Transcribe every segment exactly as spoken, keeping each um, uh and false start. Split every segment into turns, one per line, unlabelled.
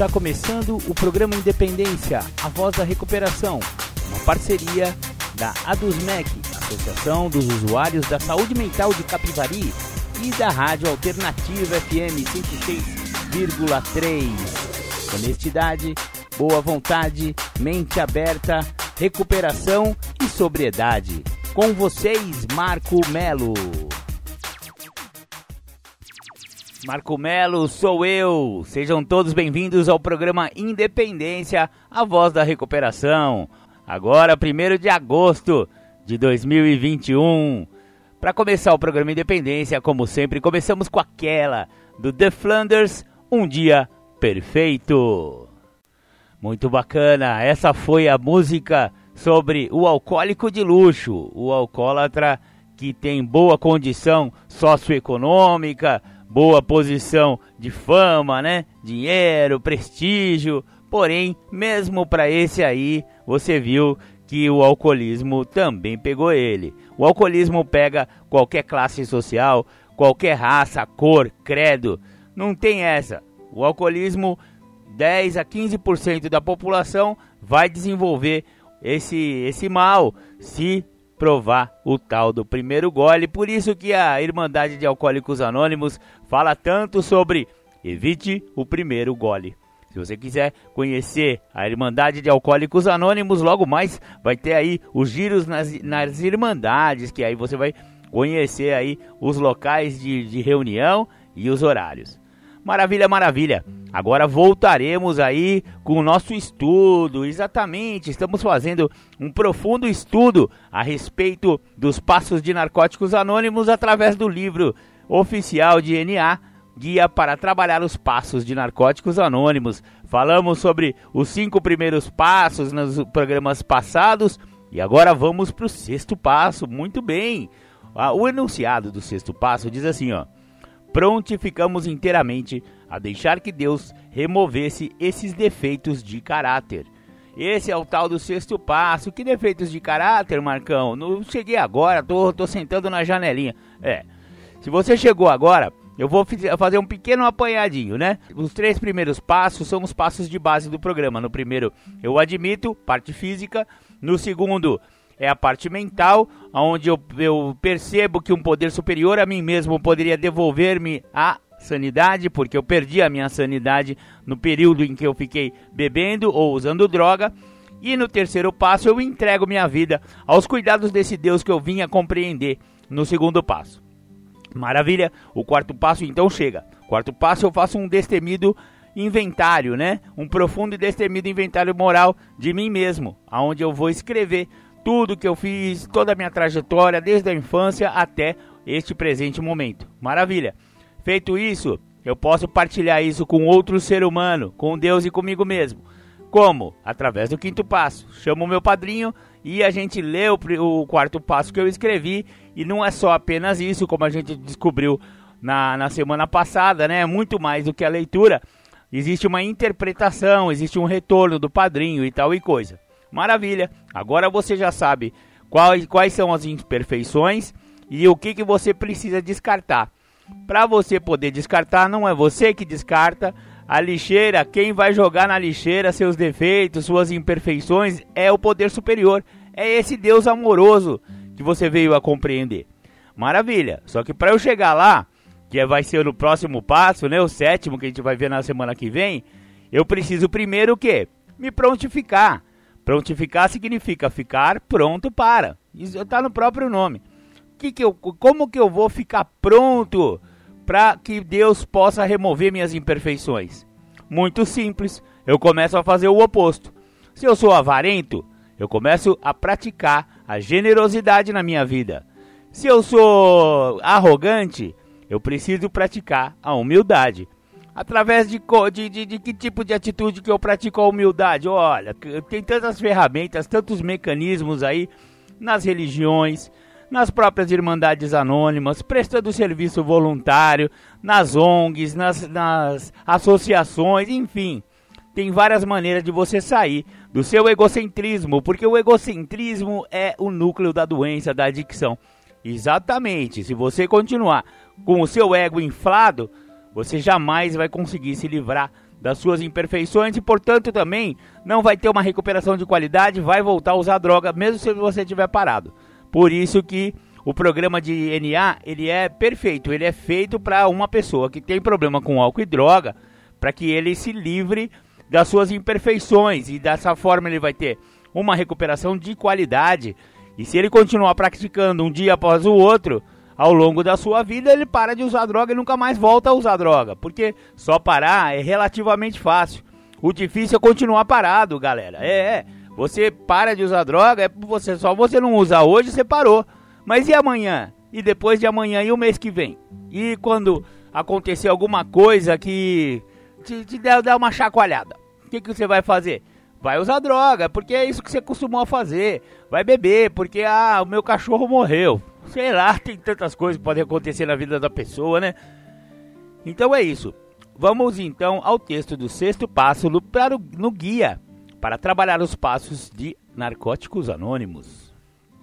Está começando o programa Independência, a voz da recuperação, uma parceria da ADUSMEC, Associação dos Usuários da Saúde Mental de Capivari, e da Rádio Alternativa F M cento e seis vírgula três. Honestidade, boa vontade, mente aberta, recuperação e sobriedade. Com vocês, Marco Melo. Marco Melo, sou eu. Sejam todos bem-vindos ao programa Independência, a voz da recuperação. Agora, primeiro de agosto de dois mil e vinte e um. Para começar o programa Independência, como sempre, começamos com aquela do The Flanders, Um Dia Perfeito. Muito bacana, essa foi a música sobre o alcoólico de luxo, o alcoólatra que tem boa condição socioeconômica, boa posição de fama, né? Dinheiro, prestígio. Porém, mesmo para esse aí, você viu que o alcoolismo também pegou ele. O alcoolismo pega qualquer classe social, qualquer raça, cor, credo. Não tem essa. O alcoolismo, dez a quinze por cento da população vai desenvolver esse, esse mal se provar o tal do primeiro gole. Por isso que a Irmandade de Alcoólicos Anônimos fala tanto sobre evite o primeiro gole. Se você quiser conhecer a Irmandade de Alcoólicos Anônimos, logo mais vai ter aí os giros nas, nas Irmandades, que aí você vai conhecer aí os locais de, de reunião e os horários. Maravilha, maravilha. Agora voltaremos aí com o nosso estudo. Exatamente, estamos fazendo um profundo estudo a respeito dos passos de narcóticos anônimos através do livro oficial de N A, Guia para Trabalhar os Passos de Narcóticos Anônimos. Falamos sobre os cinco primeiros passos nos programas passados e agora vamos para o sexto passo. Muito bem. O enunciado do sexto passo diz assim, ó: prontificamos inteiramente a deixar que Deus removesse esses defeitos de caráter. Esse é o tal do sexto passo. Que defeitos de caráter, Marcão? Não cheguei agora, tô, tô sentando na janelinha. É, se você chegou agora, eu vou fazer um pequeno apanhadinho, né? Os três primeiros passos são os passos de base do programa. No primeiro, eu admito, parte física. No segundo, é a parte mental, onde eu, eu percebo que um poder superior a mim mesmo poderia devolver-me a sanidade, porque eu perdi a minha sanidade no período em que eu fiquei bebendo ou usando droga. E no terceiro passo, eu entrego minha vida aos cuidados desse Deus que eu vim a compreender no segundo passo. Maravilha, o quarto passo então chega. Quarto passo, eu faço um destemido inventário, né? Um profundo e destemido inventário moral de mim mesmo, onde eu vou escrever tudo que eu fiz, toda a minha trajetória, desde a infância até este presente momento. Maravilha. Feito isso, eu posso partilhar isso com outro ser humano, com Deus e comigo mesmo. Como? Através do quinto passo. Chamo o meu padrinho e a gente lê o, o quarto passo que eu escrevi. E não é só apenas isso, como a gente descobriu na, na semana passada, né? Muito mais do que a leitura. Existe uma interpretação, existe um retorno do padrinho e tal e coisa. Maravilha, agora você já sabe quais, quais são as imperfeições e o que, que você precisa descartar. Para você poder descartar, não é você que descarta a lixeira, quem vai jogar na lixeira seus defeitos, suas imperfeições é o poder superior, é esse Deus amoroso que você veio a compreender. Maravilha, só que para eu chegar lá, que vai ser no próximo passo, né, o sétimo que a gente vai ver na semana que vem, eu preciso primeiro o quê? Me prontificar. Prontificar significa ficar pronto para. Isso está no próprio nome. Que que eu, como que eu vou ficar pronto para que Deus possa remover minhas imperfeições? Muito simples. Eu começo a fazer o oposto. Se eu sou avarento, eu começo a praticar a generosidade na minha vida. Se eu sou arrogante, eu preciso praticar a humildade. Através de, de, de, de que tipo de atitude que eu pratico a humildade? Olha, tem tantas ferramentas, tantos mecanismos aí nas religiões, nas próprias Irmandades Anônimas, prestando serviço voluntário, nas O N Gs, nas, nas associações, enfim. Tem várias maneiras de você sair do seu egocentrismo, porque o egocentrismo é o núcleo da doença, da adicção. Exatamente, se você continuar com o seu ego inflado, você jamais vai conseguir se livrar das suas imperfeições e, portanto, também não vai ter uma recuperação de qualidade, vai voltar a usar droga, mesmo se você estiver parado. Por isso que o programa de N A, ele é perfeito, ele é feito para uma pessoa que tem problema com álcool e droga, para que ele se livre das suas imperfeições e dessa forma ele vai ter uma recuperação de qualidade. E se ele continuar praticando um dia após o outro, ao longo da sua vida, ele para de usar droga e nunca mais volta a usar droga. Porque só parar é relativamente fácil. O difícil é continuar parado, galera. É, é. Você para de usar droga, é você, só você não usa hoje, você parou. Mas e amanhã? E depois de amanhã? E o mês que vem? E quando acontecer alguma coisa que te, te der, der uma chacoalhada? O que, que você vai fazer? Vai usar droga, porque é isso que você costumou fazer. Vai beber, porque ah, o meu cachorro morreu. Sei lá, tem tantas coisas que podem acontecer na vida da pessoa, né? Então é isso. Vamos então ao texto do sexto passo no, para o, no guia para trabalhar os passos de Narcóticos Anônimos.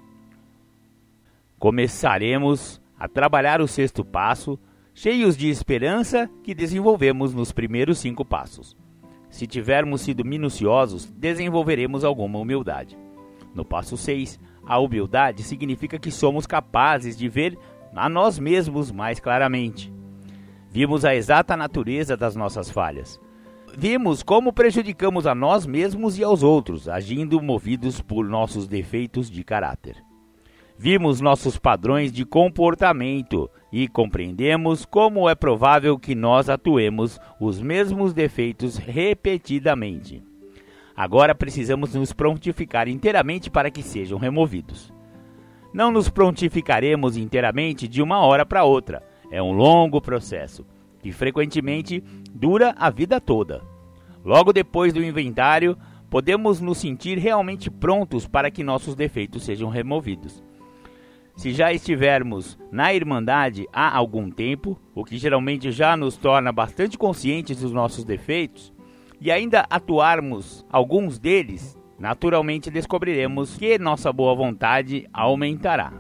Começaremos a trabalhar o sexto passo cheios de esperança que desenvolvemos nos primeiros cinco passos. Se tivermos sido minuciosos, desenvolveremos alguma humildade. No passo seis, a humildade significa que somos capazes de ver a nós mesmos mais claramente. Vimos a exata natureza das nossas falhas. Vimos como prejudicamos a nós mesmos e aos outros, agindo movidos por nossos defeitos de caráter. Vimos nossos padrões de comportamento e compreendemos como é provável que nós atuemos os mesmos defeitos repetidamente. Agora precisamos nos prontificar inteiramente para que sejam removidos. Não nos prontificaremos inteiramente de uma hora para outra. É um longo processo, que frequentemente dura a vida toda. Logo depois do inventário, podemos nos sentir realmente prontos para que nossos defeitos sejam removidos. Se já estivermos na Irmandade há algum tempo, o que geralmente já nos torna bastante conscientes dos nossos defeitos, e ainda atuarmos alguns deles, naturalmente descobriremos que nossa boa vontade aumentará.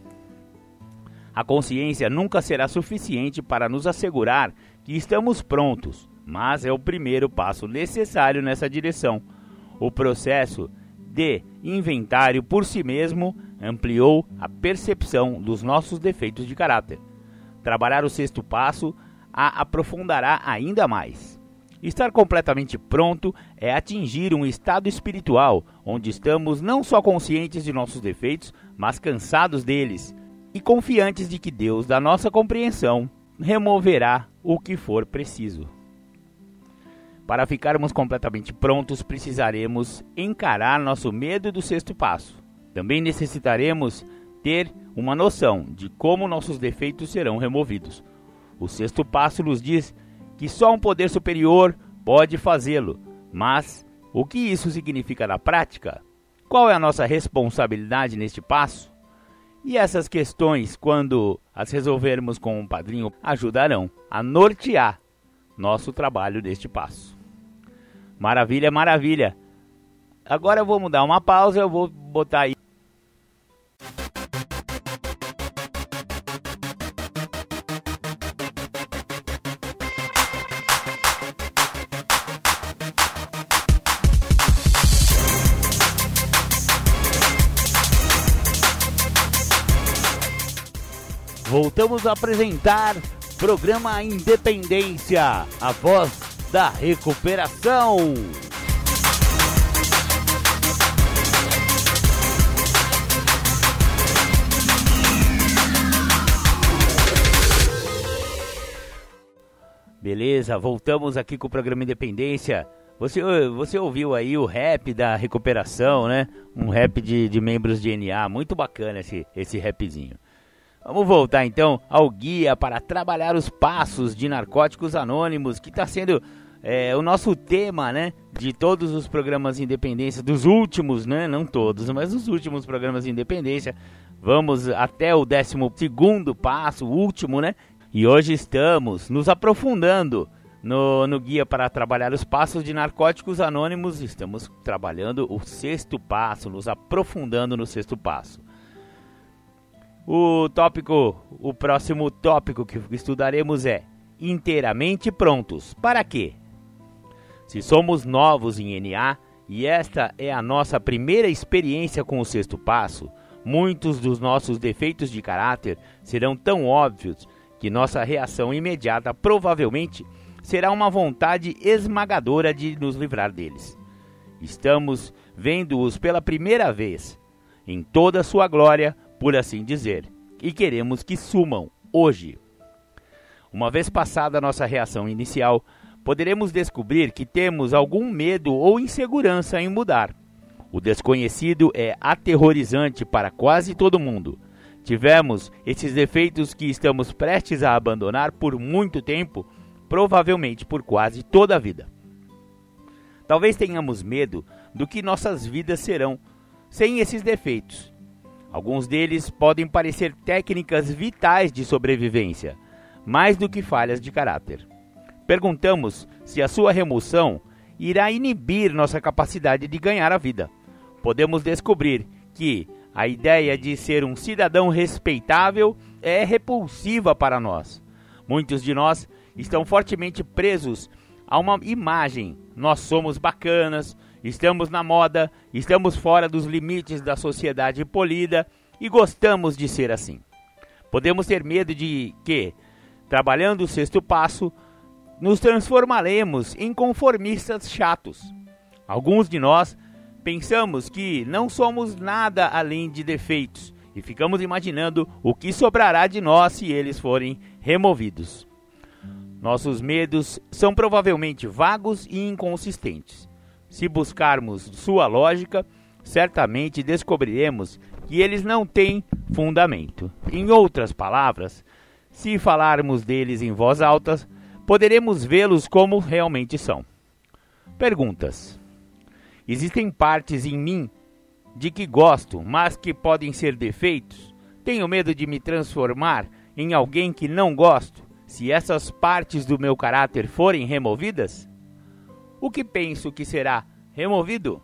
A consciência nunca será suficiente para nos assegurar que estamos prontos, mas é o primeiro passo necessário nessa direção. O processo de inventário por si mesmo ampliou a percepção dos nossos defeitos de caráter. Trabalhar o sexto passo a aprofundará ainda mais. Estar completamente pronto é atingir um estado espiritual onde estamos não só conscientes de nossos defeitos, mas cansados deles e confiantes de que Deus, da nossa compreensão, removerá o que for preciso. Para ficarmos completamente prontos, precisaremos encarar nosso medo do sexto passo. Também necessitaremos ter uma noção de como nossos defeitos serão removidos. O sexto passo nos diz que só um poder superior pode fazê-lo, mas o que isso significa na prática? Qual é a nossa responsabilidade neste passo? E essas questões, quando as resolvermos com um padrinho, ajudarão a nortear nosso trabalho neste passo. Maravilha, maravilha! Agora eu vou mudar uma pausa, eu vou botar aí. Voltamos a apresentar programa Independência, a voz da recuperação. Beleza, voltamos aqui com o programa Independência. Você, você ouviu aí o rap da recuperação, né? Um rap de, de membros de N A, muito bacana esse, esse rapzinho. Vamos voltar então ao guia para trabalhar os passos de Narcóticos Anônimos, que está sendo é, o nosso tema, né, de todos os programas de independência, dos últimos, né, não todos, mas os últimos programas de independência. Vamos até o décimo segundo passo, o último, né, e hoje estamos nos aprofundando no, no guia para trabalhar os passos de Narcóticos Anônimos. Estamos trabalhando o sexto passo, nos aprofundando no sexto passo. O tópico, o próximo tópico que estudaremos é inteiramente prontos. Para quê? Se somos novos em N A e esta é a nossa primeira experiência com o sexto passo, muitos dos nossos defeitos de caráter serão tão óbvios que nossa reação imediata provavelmente será uma vontade esmagadora de nos livrar deles. Estamos vendo-os pela primeira vez, em toda a sua glória, por assim dizer, e queremos que sumam hoje. Uma vez passada a nossa reação inicial, poderemos descobrir que temos algum medo ou insegurança em mudar. O desconhecido é aterrorizante para quase todo mundo. Tivemos esses defeitos que estamos prestes a abandonar por muito tempo, provavelmente por quase toda a vida. Talvez tenhamos medo do que nossas vidas serão sem esses defeitos. Alguns deles podem parecer técnicas vitais de sobrevivência, mais do que falhas de caráter. Perguntamos se a sua remoção irá inibir nossa capacidade de ganhar a vida. Podemos descobrir que a ideia de ser um cidadão respeitável é repulsiva para nós. Muitos de nós estão fortemente presos a uma imagem. Nós somos bacanas, estamos na moda, estamos fora dos limites da sociedade polida e gostamos de ser assim. Podemos ter medo de que, trabalhando o sexto passo, nos transformaremos em conformistas chatos. Alguns de nós pensamos que não somos nada além de defeitos e ficamos imaginando o que sobrará de nós se eles forem removidos. Nossos medos são provavelmente vagos e inconsistentes. Se buscarmos sua lógica, certamente descobriremos que eles não têm fundamento. Em outras palavras, se falarmos deles em voz alta, poderemos vê-los como realmente são. Perguntas. Existem partes em mim de que gosto, mas que podem ser defeitos? Tenho medo de me transformar em alguém que não gosto, se essas partes do meu caráter forem removidas? O que penso que será removido?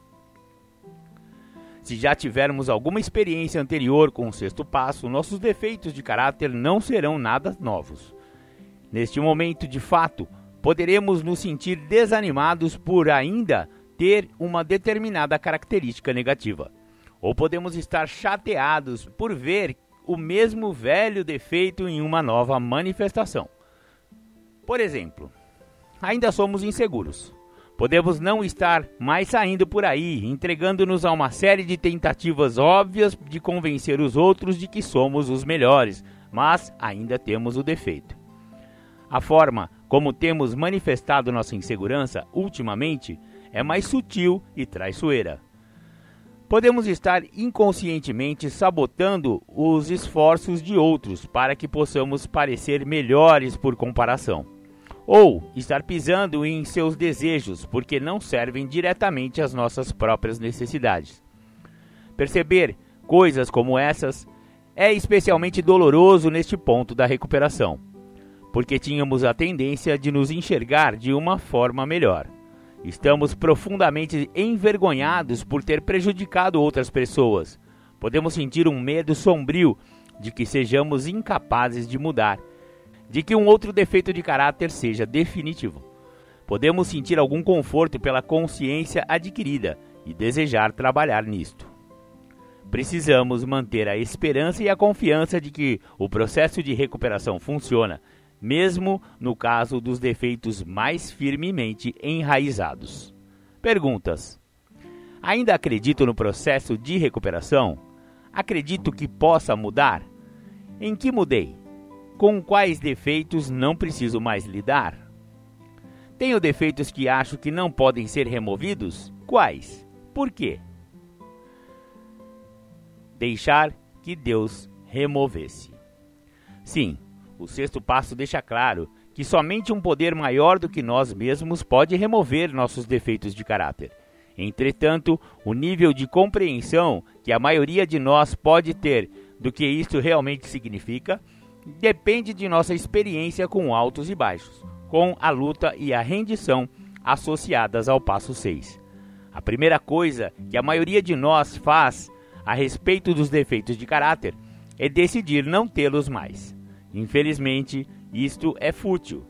Se já tivermos alguma experiência anterior com o sexto passo, nossos defeitos de caráter não serão nada novos. Neste momento, de fato, poderemos nos sentir desanimados por ainda ter uma determinada característica negativa. Ou podemos estar chateados por ver o mesmo velho defeito em uma nova manifestação. Por exemplo, ainda somos inseguros. Podemos não estar mais saindo por aí, entregando-nos a uma série de tentativas óbvias de convencer os outros de que somos os melhores, mas ainda temos o defeito. A forma como temos manifestado nossa insegurança ultimamente é mais sutil e traiçoeira. Podemos estar inconscientemente sabotando os esforços de outros para que possamos parecer melhores por comparação. Ou estar pisando em seus desejos porque não servem diretamente às nossas próprias necessidades. Perceber coisas como essas é especialmente doloroso neste ponto da recuperação, porque tínhamos a tendência de nos enxergar de uma forma melhor. Estamos profundamente envergonhados por ter prejudicado outras pessoas. Podemos sentir um medo sombrio de que sejamos incapazes de mudar, de que um outro defeito de caráter seja definitivo. Podemos sentir algum conforto pela consciência adquirida e desejar trabalhar nisto. Precisamos manter a esperança e a confiança de que o processo de recuperação funciona, mesmo no caso dos defeitos mais firmemente enraizados. Perguntas. Ainda acredito no processo de recuperação? Acredito que possa mudar? Em que mudei? Com quais defeitos não preciso mais lidar? Tenho defeitos que acho que não podem ser removidos? Quais? Por quê? Deixar que Deus removesse. Sim, o sexto passo deixa claro que somente um poder maior do que nós mesmos pode remover nossos defeitos de caráter. Entretanto, o nível de compreensão que a maioria de nós pode ter do que isto realmente significa depende de nossa experiência com altos e baixos, com a luta e a rendição associadas ao passo seis. A primeira coisa que a maioria de nós faz a respeito dos defeitos de caráter é decidir não tê-los mais. Infelizmente, isto é fútil.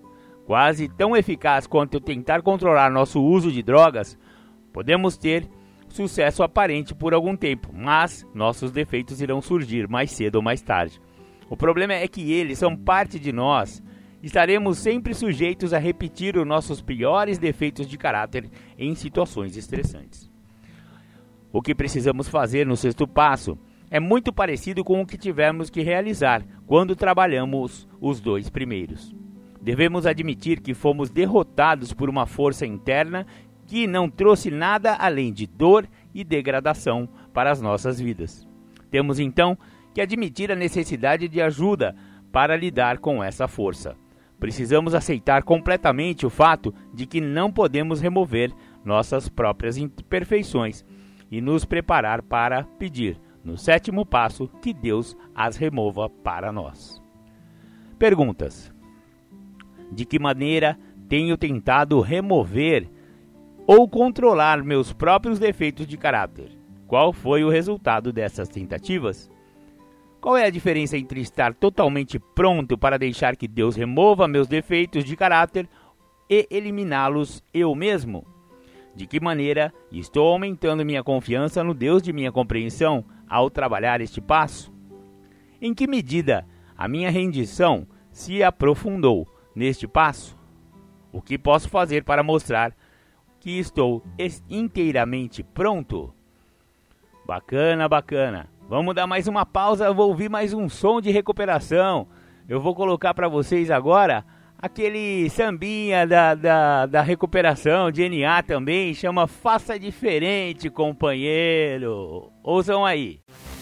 quase tão eficaz quanto tentar controlar nosso uso de drogas, podemos ter sucesso aparente por algum tempo, mas nossos defeitos irão surgir mais cedo ou mais tarde. O problema é que eles são parte de nós. Estaremos sempre sujeitos a repetir os nossos piores defeitos de caráter em situações estressantes. O que precisamos fazer no sexto passo é muito parecido com o que tivemos que realizar quando trabalhamos os dois primeiros. Devemos admitir que fomos derrotados por uma força interna que não trouxe nada além de dor e degradação para as nossas vidas. Temos então que admitir a necessidade de ajuda para lidar com essa força. Precisamos aceitar completamente o fato de que não podemos remover nossas próprias imperfeições e nos preparar para pedir, no sétimo passo, que Deus as remova para nós. Perguntas: de que maneira tenho tentado remover ou controlar meus próprios defeitos de caráter? Qual foi o resultado dessas tentativas? Qual é a diferença entre estar totalmente pronto para deixar que Deus remova meus defeitos de caráter e eliminá-los eu mesmo? De que maneira estou aumentando minha confiança no Deus de minha compreensão ao trabalhar este passo? Em que medida a minha rendição se aprofundou neste passo? O que posso fazer para mostrar que estou inteiramente pronto? Bacana, bacana. Vamos dar mais uma pausa, vou ouvir mais um som de recuperação. Eu vou colocar para vocês agora aquele sambinha da, da, da recuperação, de N A também, chama Faça Diferente, companheiro. Ouçam aí.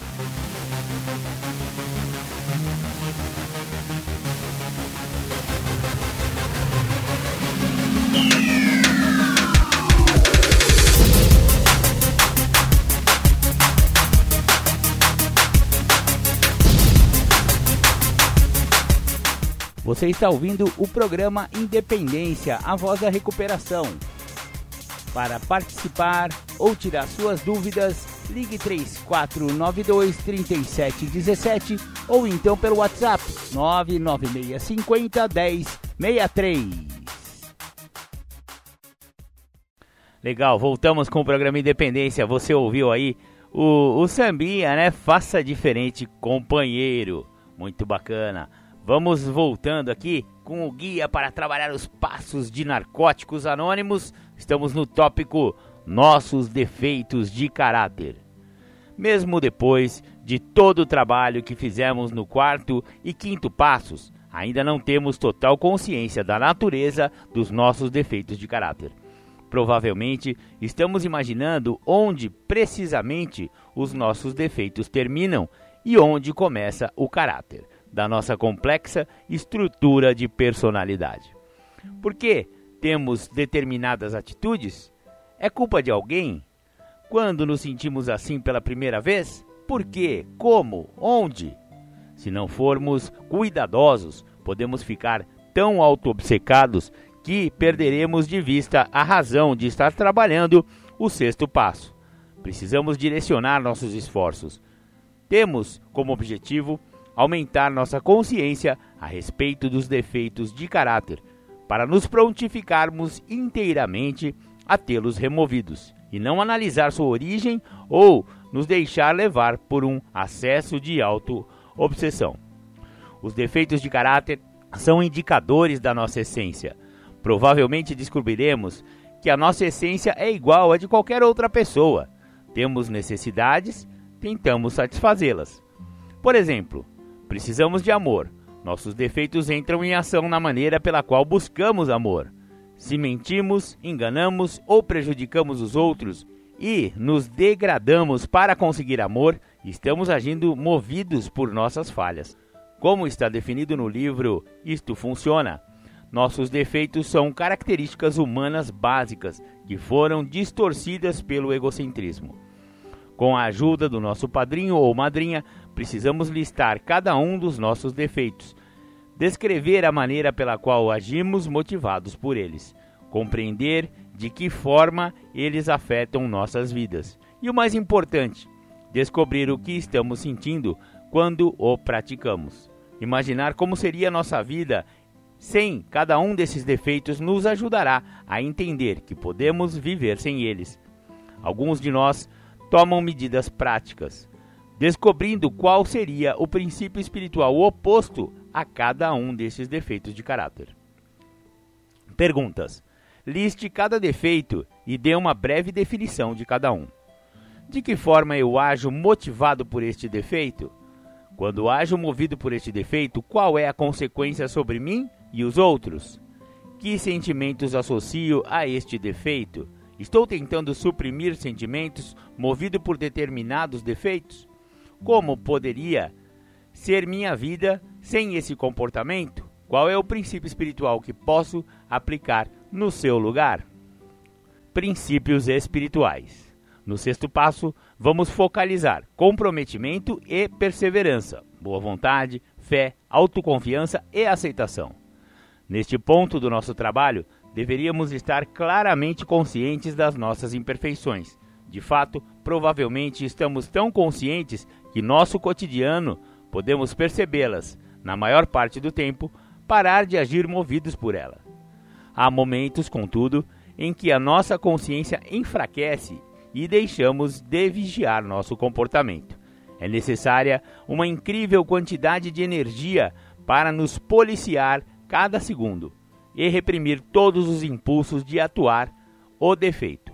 Você está ouvindo o programa Independência, a voz da recuperação. Para participar ou tirar suas dúvidas, ligue três quatro nove dois, três sete um sete ou então pelo WhatsApp nove nove seis cinco zero, um zero seis três. Legal, voltamos com o programa Independência. Você ouviu aí o, o sambinha, né? Faça Diferente, companheiro. Muito bacana. Vamos voltando aqui com o guia para trabalhar os passos de Narcóticos Anônimos. Estamos no tópico Nossos Defeitos de Caráter. Mesmo depois de todo o trabalho que fizemos no quarto e quinto passos, ainda não temos total consciência da natureza dos nossos defeitos de caráter. Provavelmente estamos imaginando onde precisamente os nossos defeitos terminam e onde começa o caráter da nossa complexa estrutura de personalidade. Por que temos determinadas atitudes? É culpa de alguém? Quando nos sentimos assim pela primeira vez? Por quê? Como? Onde? Se não formos cuidadosos, podemos ficar tão auto-obcecados que perderemos de vista a razão de estar trabalhando o sexto passo. Precisamos direcionar nossos esforços. Temos como objetivo aumentar nossa consciência a respeito dos defeitos de caráter, para nos prontificarmos inteiramente a tê-los removidos, e não analisar sua origem ou nos deixar levar por um acesso de auto-obsessão. Os defeitos de caráter são indicadores da nossa essência. Provavelmente descobriremos que a nossa essência é igual à de qualquer outra pessoa. Temos necessidades, tentamos satisfazê-las. Por exemplo, precisamos de amor. Nossos defeitos entram em ação na maneira pela qual buscamos amor. Se mentimos, enganamos ou prejudicamos os outros e nos degradamos para conseguir amor, estamos agindo movidos por nossas falhas. Como está definido no livro Isto Funciona, nossos defeitos são características humanas básicas que foram distorcidas pelo egocentrismo. Com a ajuda do nosso padrinho ou madrinha, precisamos listar cada um dos nossos defeitos, descrever a maneira pela qual agimos motivados por eles, compreender de que forma eles afetam nossas vidas e, o mais importante, descobrir o que estamos sentindo quando o praticamos. Imaginar como seria nossa vida sem cada um desses defeitos nos ajudará a entender que podemos viver sem eles. Alguns de nós tomam medidas práticas, descobrindo qual seria o princípio espiritual oposto a cada um desses defeitos de caráter. Perguntas. Liste cada defeito e dê uma breve definição de cada um. De que forma eu ajo motivado por este defeito? Quando ajo movido por este defeito, qual é a consequência sobre mim e os outros? Que sentimentos associo a este defeito? Estou tentando suprimir sentimentos movido por determinados defeitos? Como poderia ser minha vida sem esse comportamento? Qual é o princípio espiritual que posso aplicar no seu lugar? Princípios espirituais. No sexto passo, vamos focalizar comprometimento e perseverança, boa vontade, fé, autoconfiança e aceitação. Neste ponto do nosso trabalho, deveríamos estar claramente conscientes das nossas imperfeições. De fato, provavelmente estamos tão conscientes que nosso cotidiano podemos percebê-las, na maior parte do tempo, parar de agir movidos por ela. Há momentos, contudo, em que a nossa consciência enfraquece e deixamos de vigiar nosso comportamento. É necessária uma incrível quantidade de energia para nos policiar cada segundo e reprimir todos os impulsos de atuar o defeito.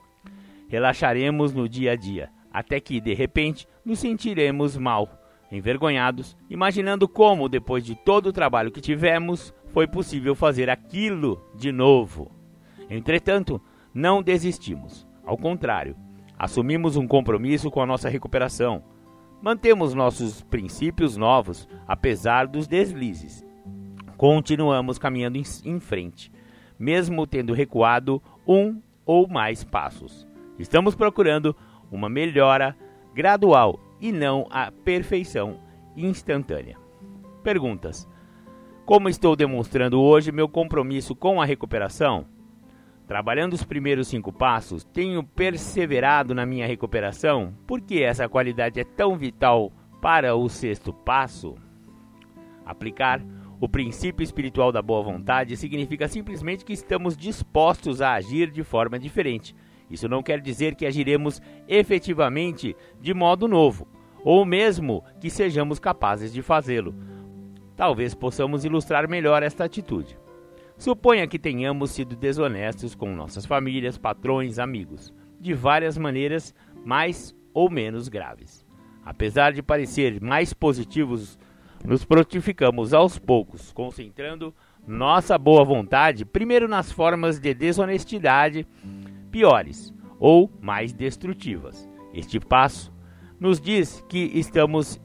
Relaxaremos no dia a dia, até que, de repente, nos sentiremos mal, envergonhados, imaginando como, depois de todo o trabalho que tivemos, foi possível fazer aquilo de novo. Entretanto, não desistimos. Ao contrário, assumimos um compromisso com a nossa recuperação. Mantemos nossos princípios novos, apesar dos deslizes. Continuamos caminhando em frente, mesmo tendo recuado um ou mais passos. Estamos procurando uma melhora gradual e não a perfeição instantânea. Perguntas. Como estou demonstrando hoje meu compromisso com a recuperação? Trabalhando os primeiros cinco passos, tenho perseverado na minha recuperação? Por que essa qualidade é tão vital para o sexto passo? Aplicar o princípio espiritual da boa vontade significa simplesmente que estamos dispostos a agir de forma diferente. Isso não quer dizer que agiremos efetivamente de modo novo, ou mesmo que sejamos capazes de fazê-lo. Talvez possamos ilustrar melhor esta atitude. Suponha que tenhamos sido desonestos com nossas famílias, patrões, amigos, de várias maneiras mais ou menos graves. Apesar de parecer mais positivos, nos prontificamos aos poucos, concentrando nossa boa vontade primeiro nas formas de desonestidade piores ou mais destrutivas. Este passo nos diz que estamos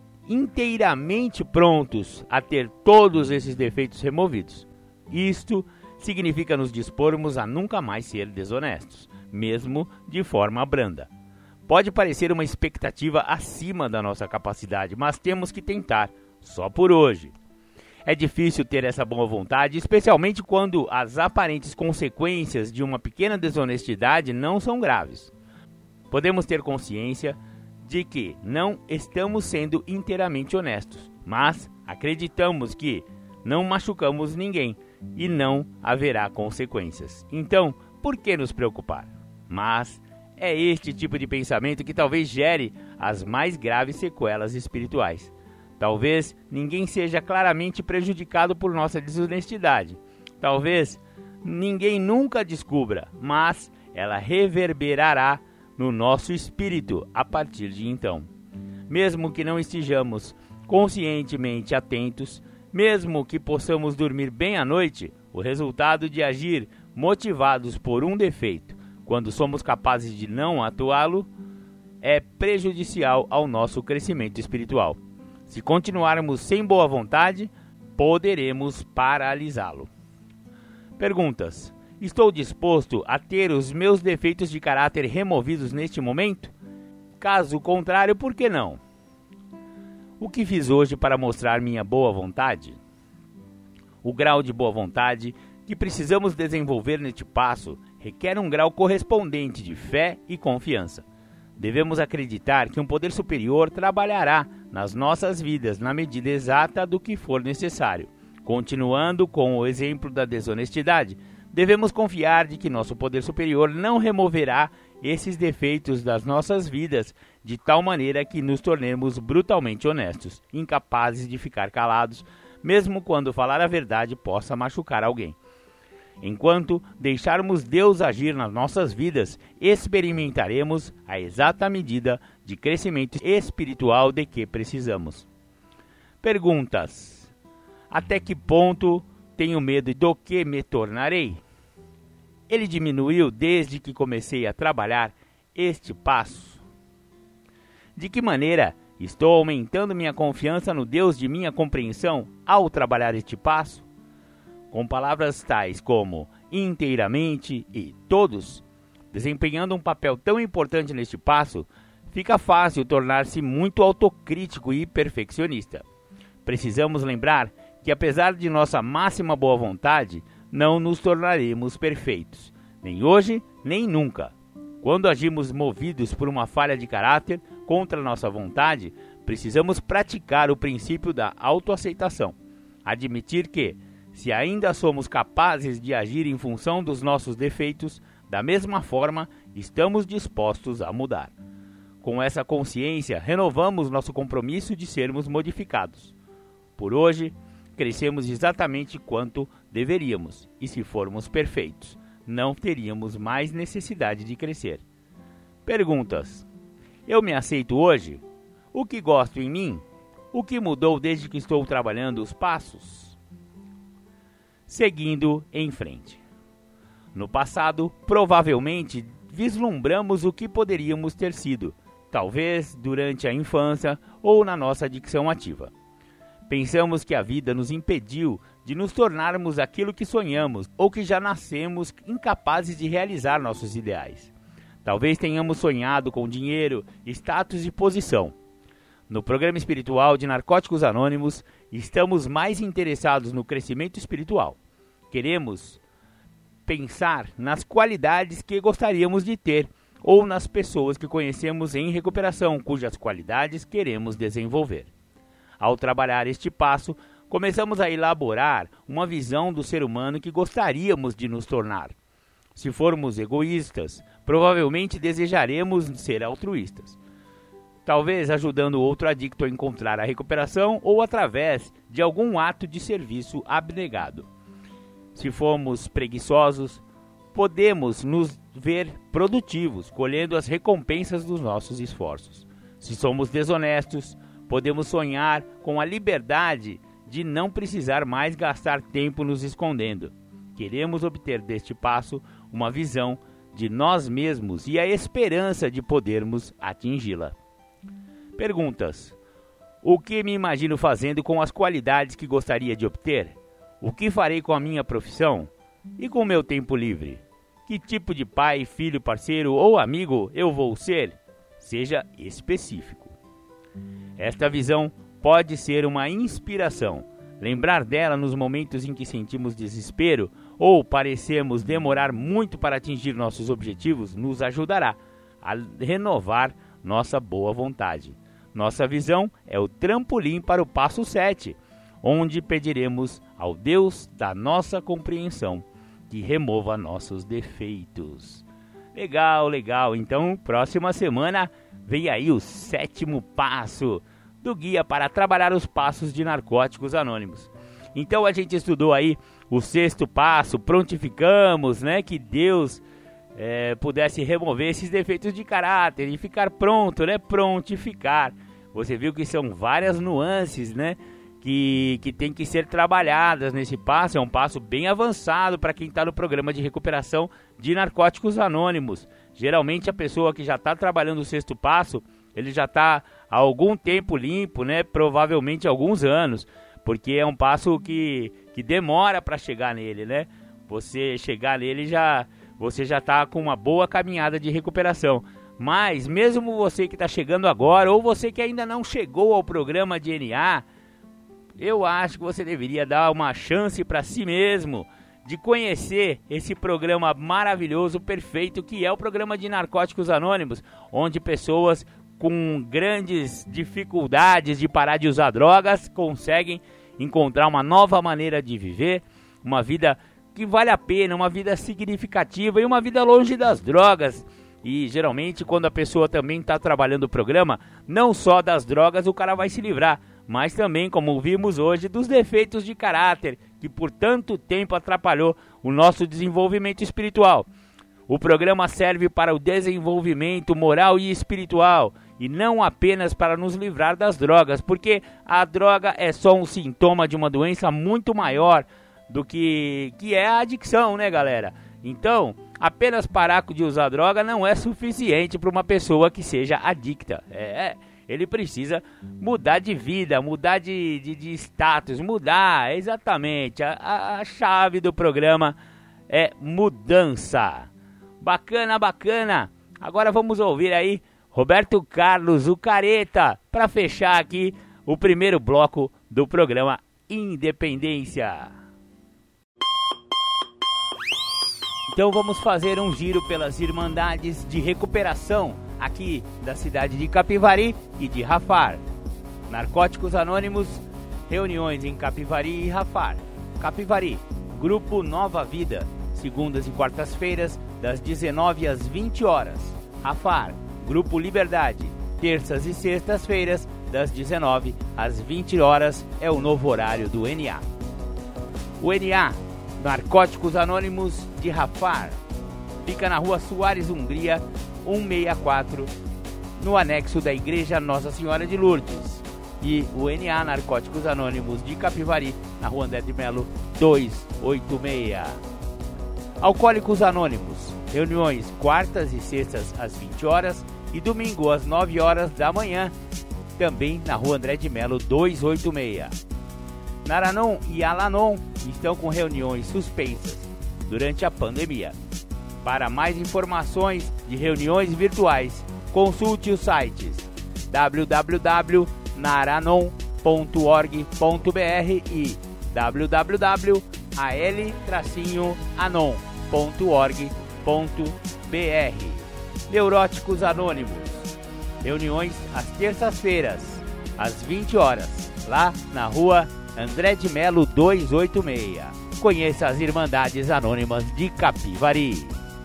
inteiramente prontos a ter todos esses defeitos removidos. Isto significa nos dispormos a nunca mais ser desonestos, mesmo de forma branda. Pode parecer uma expectativa acima da nossa capacidade, mas temos que tentar, só por hoje. É difícil ter essa boa vontade, especialmente quando as aparentes consequências de uma pequena desonestidade não são graves. Podemos ter consciência de que não estamos sendo inteiramente honestos, mas acreditamos que não machucamos ninguém e não haverá consequências. Então, por que nos preocupar? Mas é este tipo de pensamento que talvez gere as mais graves sequelas espirituais. Talvez ninguém seja claramente prejudicado por nossa desonestidade. Talvez ninguém nunca descubra, mas ela reverberará no nosso espírito a partir de então. Mesmo que não estejamos conscientemente atentos, mesmo que possamos dormir bem à noite, o resultado de agir motivados por um defeito, quando somos capazes de não atuá-lo, é prejudicial ao nosso crescimento espiritual. Se continuarmos sem boa vontade, poderemos paralisá-lo. Perguntas. Estou disposto a ter os meus defeitos de caráter removidos neste momento? Caso contrário, por que não? O que fiz hoje para mostrar minha boa vontade? O grau de boa vontade que precisamos desenvolver neste passo requer um grau correspondente de fé e confiança. Devemos acreditar que um poder superior trabalhará nas nossas vidas na medida exata do que for necessário, Continuando com o exemplo da desonestidade, devemos confiar de que nosso poder superior não removerá esses defeitos das nossas vidas de tal maneira que nos tornemos brutalmente honestos, incapazes de ficar calados, mesmo quando falar a verdade possa machucar alguém. Enquanto deixarmos Deus agir nas nossas vidas, experimentaremos a exata medida de crescimento espiritual de que precisamos. Perguntas: até que ponto tenho medo do que me tornarei? Ele diminuiu desde que comecei a trabalhar este passo? De que maneira estou aumentando minha confiança no Deus de minha compreensão ao trabalhar este passo? Com palavras tais como inteiramente e todos, desempenhando um papel tão importante neste passo, fica fácil tornar-se muito autocrítico e perfeccionista. Precisamos lembrar que, apesar de nossa máxima boa vontade, não nos tornaremos perfeitos, nem hoje, nem nunca. Quando agimos movidos por uma falha de caráter contra nossa vontade, precisamos praticar o princípio da autoaceitação. Admitir que, se ainda somos capazes de agir em função dos nossos defeitos, da mesma forma, estamos dispostos a mudar. Com essa consciência, renovamos nosso compromisso de sermos modificados. Por hoje, crescemos exatamente quanto deveríamos, e se formos perfeitos, não teríamos mais necessidade de crescer. Perguntas: eu me aceito hoje? O que gosto em mim? O que mudou desde que estou trabalhando os passos? Seguindo em frente. No passado, provavelmente, vislumbramos o que poderíamos ter sido, talvez durante a infância ou na nossa dicção ativa. Pensamos que a vida nos impediu de nos tornarmos aquilo que sonhamos ou que já nascemos incapazes de realizar nossos ideais. Talvez tenhamos sonhado com dinheiro, status e posição. No programa espiritual de Narcóticos Anônimos, estamos mais interessados no crescimento espiritual. Queremos pensar nas qualidades que gostaríamos de ter ou nas pessoas que conhecemos em recuperação, cujas qualidades queremos desenvolver. Ao trabalhar este passo, começamos a elaborar uma visão do ser humano que gostaríamos de nos tornar. Se formos egoístas, provavelmente desejaremos ser altruístas. Talvez ajudando outro adicto a encontrar a recuperação ou através de algum ato de serviço abnegado. Se formos preguiçosos, podemos nos ver produtivos, colhendo as recompensas dos nossos esforços. Se somos desonestos, podemos sonhar com a liberdade de não precisar mais gastar tempo nos escondendo. Queremos obter deste passo uma visão de nós mesmos e a esperança de podermos atingi-la. Perguntas: o que me imagino fazendo com as qualidades que gostaria de obter? O que farei com a minha profissão? E com o meu tempo livre? Que tipo de pai, filho, parceiro ou amigo eu vou ser? Seja específico. Esta visão pode ser uma inspiração. Lembrar dela nos momentos em que sentimos desespero ou parecemos demorar muito para atingir nossos objetivos nos ajudará a renovar nossa boa vontade. Nossa visão é o trampolim para o passo sete, onde pediremos ao Deus da nossa compreensão que remova nossos defeitos. Legal, legal. Então, próxima semana vem aí o sétimo passo do guia para trabalhar os passos de Narcóticos Anônimos. Então a gente estudou aí o sexto passo, prontificamos, né, que Deus é, pudesse remover esses defeitos de caráter e ficar pronto, né, prontificar. Você viu que são várias nuances, né, que, que tem que ser trabalhadas nesse passo. É um passo bem avançado para quem está no programa de recuperação de Narcóticos Anônimos. Geralmente a pessoa que já está trabalhando o sexto passo, ele já está há algum tempo limpo, né? Provavelmente alguns anos, porque é um passo que, que demora para chegar nele, né? Você chegar nele, já, você já está com uma boa caminhada de recuperação. Mas mesmo você que está chegando agora, ou você que ainda não chegou ao programa de N A, eu acho que você deveria dar uma chance para si mesmo de conhecer esse programa maravilhoso, perfeito, que é o programa de Narcóticos Anônimos, onde pessoas com grandes dificuldades de parar de usar drogas conseguem encontrar uma nova maneira de viver, uma vida que vale a pena, uma vida significativa e uma vida longe das drogas. E geralmente quando a pessoa também está trabalhando o programa, não só das drogas o cara vai se livrar, mas também, como vimos hoje, dos defeitos de caráter que por tanto tempo atrapalhou o nosso desenvolvimento espiritual. O programa serve para o desenvolvimento moral e espiritual e não apenas para nos livrar das drogas, porque a droga é só um sintoma de uma doença muito maior do que, que é a adicção, né, galera? Então, apenas parar de usar droga não é suficiente para uma pessoa que seja adicta. É, ele precisa mudar de vida, mudar de, de, de status, mudar, exatamente. A, a, a chave do programa é mudança. Bacana, bacana. Agora vamos ouvir aí Roberto Carlos, o Careta, para fechar aqui o primeiro bloco do programa Independência. Então vamos fazer um giro pelas Irmandades de Recuperação aqui da cidade de Capivari e de Rafar. Narcóticos Anônimos, reuniões em Capivari e Rafar. Capivari, Grupo Nova Vida, segundas e quartas-feiras, das dezenove às vinte horas. Rafar, Grupo Liberdade, terças e sextas-feiras, das dezenove às vinte horas, é o novo horário do N A. O N A, Narcóticos Anônimos de Rafar, fica na rua Soares Hungria, cento e sessenta e quatro, no anexo da Igreja Nossa Senhora de Lourdes. E o N A Narcóticos Anônimos de Capivari, na rua André de Melo, duzentos e oitenta e seis. Alcoólicos Anônimos, reuniões quartas e sextas às vinte horas e domingo às nove horas da manhã, também na rua André de Melo duzentos e oitenta e seis. Naranon e Alanon estão com reuniões suspensas durante a pandemia. Para mais informações de reuniões virtuais, consulte os sites w w w ponto naranon ponto org ponto b r e w w w ponto a l anon ponto org ponto b r. Neuróticos Anônimos, reuniões às terças-feiras, às vinte horas, lá na rua André de Melo duzentos e oitenta e seis. Conheça as Irmandades Anônimas de Capivari.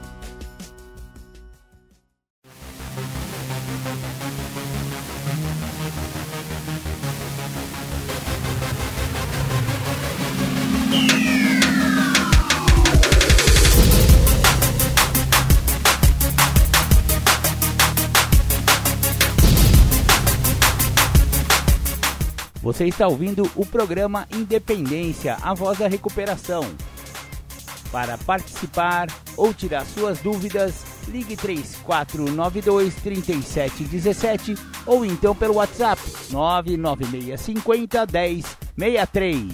Você está ouvindo o programa Independência, a voz da recuperação. Para participar ou tirar suas dúvidas, ligue três quatro nove dois, três sete um sete ou então pelo WhatsApp nove nove seis cinco zero, um zero seis três.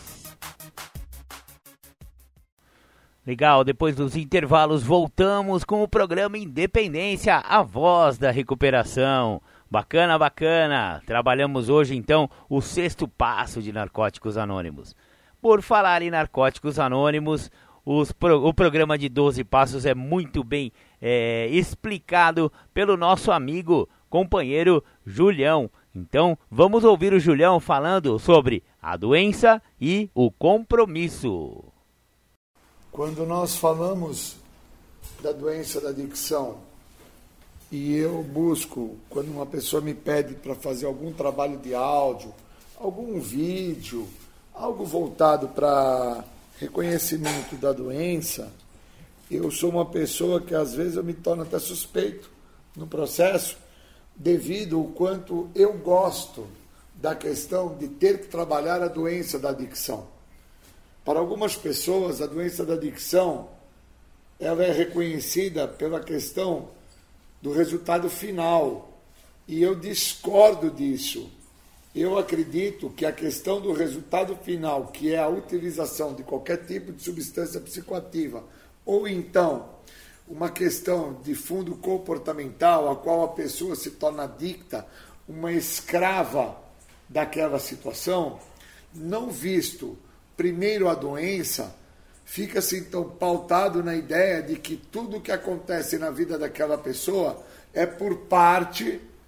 Legal, depois dos intervalos voltamos com o programa Independência, a voz da recuperação. Bacana, bacana. Trabalhamos hoje, então, o sexto passo de Narcóticos Anônimos. Por falar em Narcóticos Anônimos, os pro, o programa de doze passos é muito bem é, explicado pelo nosso amigo, companheiro Julião. Então, vamos ouvir o Julião falando sobre a doença e o compromisso.
Quando nós falamos da doença da adicção, e eu busco, quando uma pessoa me pede para fazer algum trabalho de áudio, algum vídeo, algo voltado para reconhecimento da doença, eu sou uma pessoa que às vezes eu me torno até suspeito no processo, devido ao quanto eu gosto da questão de ter que trabalhar a doença da adicção. Para algumas pessoas, a doença da adicção ela é reconhecida pela questão do resultado final, e eu discordo disso. Eu acredito que a questão do resultado final, que é a utilização de qualquer tipo de substância psicoativa, ou então uma questão de fundo comportamental, a qual a pessoa se torna adicta, uma escrava daquela situação, não visto primeiro a doença, fica-se então pautado na ideia de que tudo o que acontece na vida daquela pessoa é por parte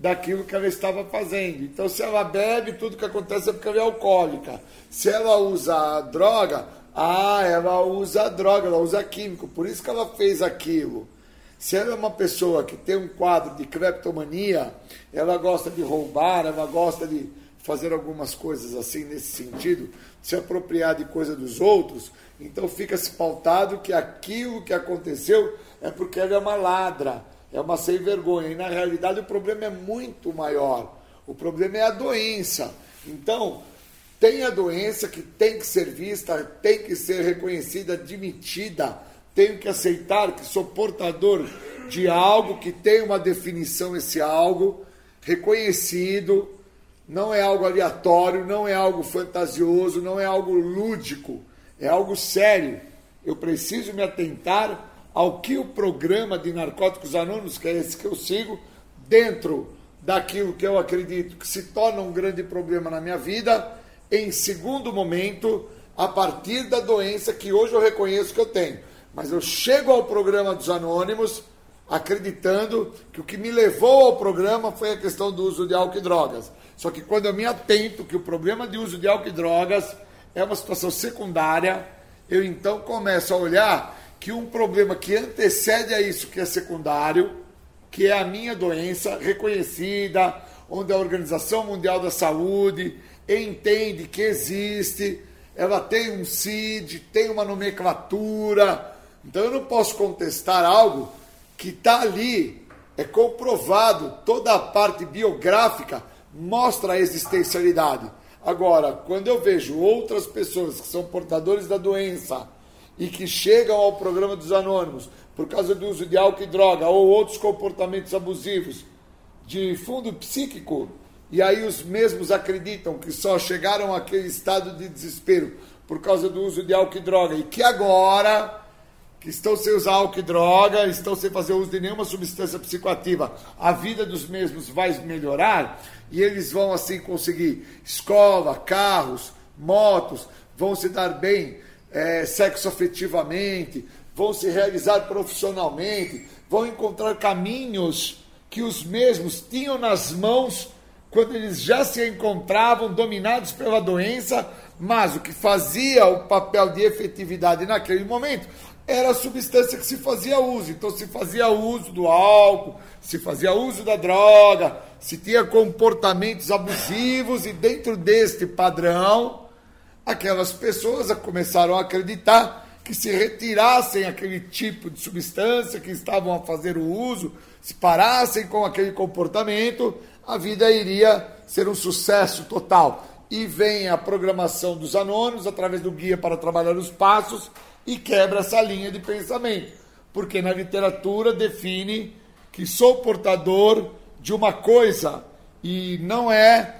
daquilo que ela estava fazendo. Então, se ela bebe, tudo que acontece é porque ela é alcoólica. Se ela usa droga, ah, ela usa droga, ela usa químico, por isso que ela fez aquilo. Se ela é uma pessoa que tem um quadro de cleptomania, ela gosta de roubar, ela gosta de fazer algumas coisas assim nesse sentido, se apropriar de coisa dos outros, então fica-se pautado que aquilo que aconteceu é porque ela é uma ladra, é uma sem vergonha. E na realidade o problema é muito maior. O problema é a doença. Então, tem a doença que tem que ser vista, tem que ser reconhecida, admitida. Tenho que aceitar que sou portador de algo que tem uma definição, esse algo reconhecido. Não é algo aleatório, não é algo fantasioso, não é algo lúdico. É algo sério. Eu preciso me atentar ao que o programa de Narcóticos Anônimos, que é esse que eu sigo, dentro daquilo que eu acredito que se torna um grande problema na minha vida, em segundo momento, a partir da doença que hoje eu reconheço que eu tenho. Mas eu chego ao programa dos Anônimos acreditando que o que me levou ao programa foi a questão do uso de álcool e drogas. Só que quando eu me atento que o problema de uso de álcool e drogas é uma situação secundária, eu então começo a olhar que um problema que antecede a isso, que é secundário, que é a minha doença reconhecida, onde a Organização Mundial da Saúde entende que existe, ela tem um C I D, tem uma nomenclatura, então eu não posso contestar algo que está ali, é comprovado, toda a parte biográfica mostra a existencialidade. Agora, quando eu vejo outras pessoas que são portadores da doença e que chegam ao programa dos Anônimos por causa do uso de álcool e droga ou outros comportamentos abusivos de fundo psíquico, e aí os mesmos acreditam que só chegaram àquele estado de desespero por causa do uso de álcool e droga e que agora que estão sem usar álcool e droga, estão sem fazer uso de nenhuma substância psicoativa, a vida dos mesmos vai melhorar e eles vão assim conseguir escola, carros, motos, vão se dar bem é, sexoafetivamente, vão se realizar profissionalmente, vão encontrar caminhos que os mesmos tinham nas mãos quando eles já se encontravam dominados pela doença, mas o que fazia o papel de efetividade naquele momento era a substância que se fazia uso. Então se fazia uso do álcool, se fazia uso da droga, se tinha comportamentos abusivos e dentro deste padrão, aquelas pessoas começaram a acreditar que se retirassem aquele tipo de substância que estavam a fazer o uso, se parassem com aquele comportamento, a vida iria ser um sucesso total. E vem a programação dos Anônimos, através do Guia para Trabalhar os Passos, e quebra essa linha de pensamento. Porque na literatura define que sou portador de uma coisa, e não é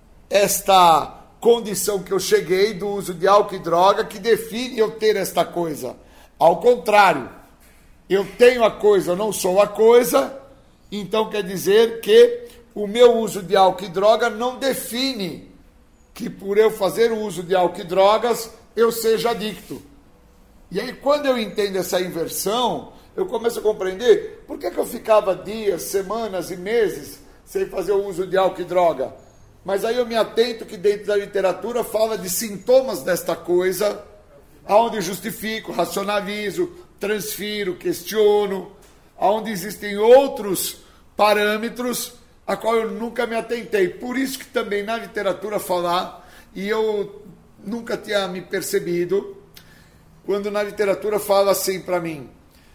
esta condição que eu cheguei do uso de álcool e droga que define eu ter esta coisa. Ao contrário, eu tenho a coisa, eu não sou a coisa, então quer dizer que o meu uso de álcool e droga não define que por eu fazer o uso de álcool e drogas, eu seja adicto. E aí quando eu entendo essa inversão, eu começo a compreender por que, que eu ficava dias, semanas e meses sem fazer o uso de álcool e droga. Mas aí eu me atento que dentro da literatura fala de sintomas desta coisa, aonde justifico, racionalizo, transfiro, questiono, aonde existem outros parâmetros a qual eu nunca me atentei. Por isso que também na literatura falar, e eu nunca tinha me percebido, quando na literatura fala assim para mim,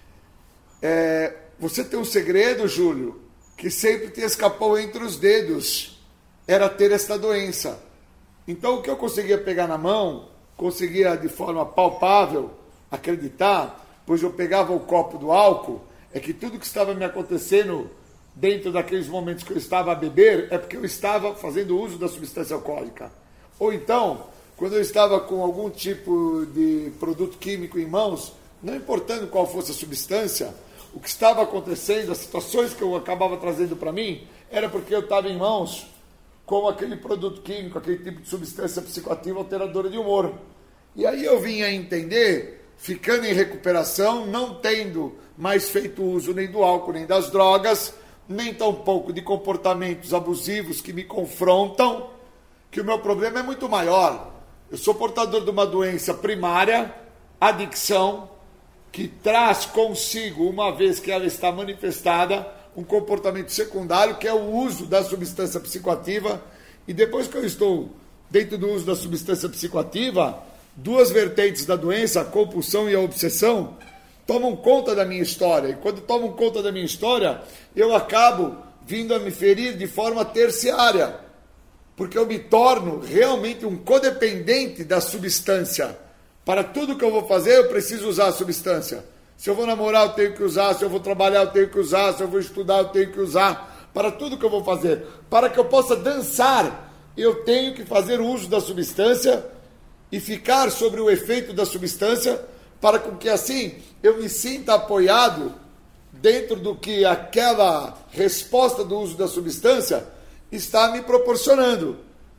é, você tem um segredo, Júlio, que sempre te escapou entre os dedos, era ter esta doença. Então o que eu conseguia pegar na mão, conseguia de forma palpável acreditar, pois eu pegava o copo do álcool, é que tudo que estava me acontecendo dentro daqueles momentos que eu estava a beber, é porque eu estava fazendo uso da substância alcoólica. Ou então, quando eu estava com algum tipo de produto químico em mãos, não importando qual fosse a substância, o que estava acontecendo, as situações que eu acabava trazendo para mim, era porque eu estava em mãos com aquele produto químico, aquele tipo de substância psicoativa alteradora de humor. E aí eu vinha a entender, ficando em recuperação, não tendo mais feito uso nem do álcool nem das drogas, nem tampouco de comportamentos abusivos que me confrontam, que o meu problema é muito maior. Eu sou portador de uma doença primária, adicção, que traz consigo, uma vez que ela está manifestada, um comportamento secundário, que é o uso da substância psicoativa. E depois que eu estou dentro do uso da substância psicoativa, duas vertentes da doença, a compulsão e a obsessão, tomam conta da minha história. E quando tomam conta da minha história, eu acabo vindo a me ferir de forma terciária, porque eu me torno realmente um codependente da substância. Para tudo que eu vou fazer, eu preciso usar a substância. Se eu vou namorar, eu tenho que usar. Se eu vou trabalhar, eu tenho que usar. Se eu vou estudar, eu tenho que usar. Para tudo que eu vou fazer. Para que eu possa dançar, eu tenho que fazer uso da substância e ficar sobre o efeito da substância, para que assim eu me sinta apoiado dentro do que aquela resposta do uso da substância está me proporcionando.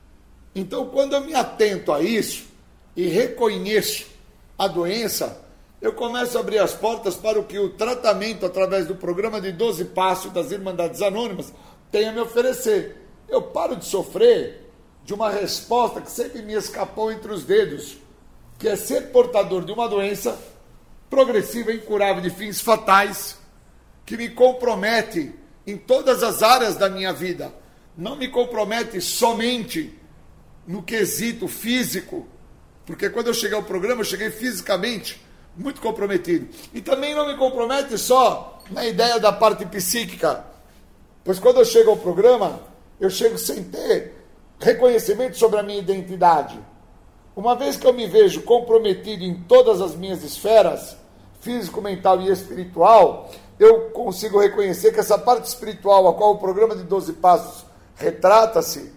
Então, quando eu me atento a isso e reconheço a doença, eu começo a abrir as portas para o que o tratamento, através do programa de doze Passos das Irmandades Anônimas, tem a me oferecer. Eu paro de sofrer de uma resposta que sempre me escapou entre os dedos, que é ser portador de uma doença progressiva e incurável de fins fatais, que me compromete em todas as áreas da minha vida. Não me compromete somente no quesito físico, porque quando eu cheguei ao programa, eu cheguei fisicamente muito comprometido. E também não me compromete só na ideia da parte psíquica, pois quando eu chego ao programa, eu chego sem ter reconhecimento sobre a minha identidade. Uma vez que eu me vejo comprometido em todas as minhas esferas, físico, mental e espiritual, eu consigo reconhecer que essa parte espiritual, a qual o programa de doze Passos retrata-se,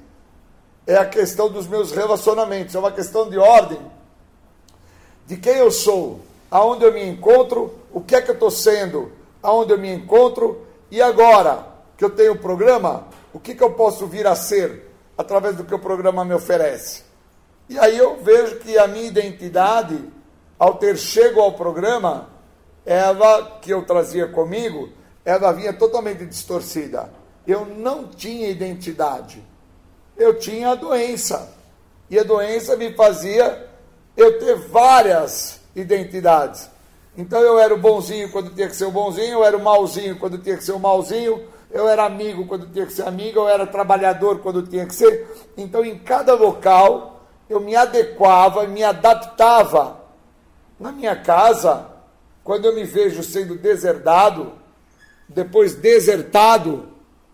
é a questão dos meus relacionamentos, é uma questão de ordem, de quem eu sou, aonde eu me encontro, o que é que eu estou sendo, aonde eu me encontro, e agora que eu tenho o programa, o que, que eu posso vir a ser através do que o programa me oferece. E aí eu vejo que a minha identidade, ao ter chego ao programa, ela que eu trazia comigo, ela vinha totalmente distorcida. Eu não tinha identidade. Eu tinha a doença. E a doença me fazia eu ter várias identidades. Então eu era o bonzinho quando tinha que ser o bonzinho, eu era o malzinho quando tinha que ser o malzinho, eu era amigo quando tinha que ser amigo, eu era trabalhador quando tinha que ser. Então em cada local eu me adequava, me adaptava. Na minha casa, quando eu me vejo sendo deserdado, depois desertado,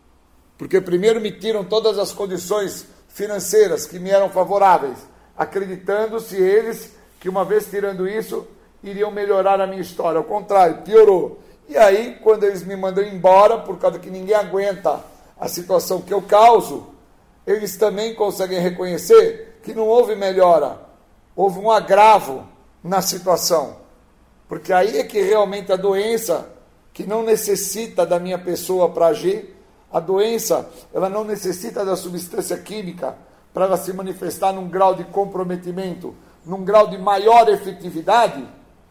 porque primeiro me tiram todas as condições financeiras que me eram favoráveis, acreditando-se eles que uma vez tirando isso, iriam melhorar a minha história. Ao contrário, piorou. E aí, quando eles me mandam embora, por causa que ninguém aguenta a situação que eu causo, eles também conseguem reconhecer que não houve melhora, houve um agravo na situação. Porque aí é que realmente a doença, que não necessita da minha pessoa para agir, a doença, ela não necessita da substância química para ela se manifestar num grau de comprometimento, num grau de maior efetividade,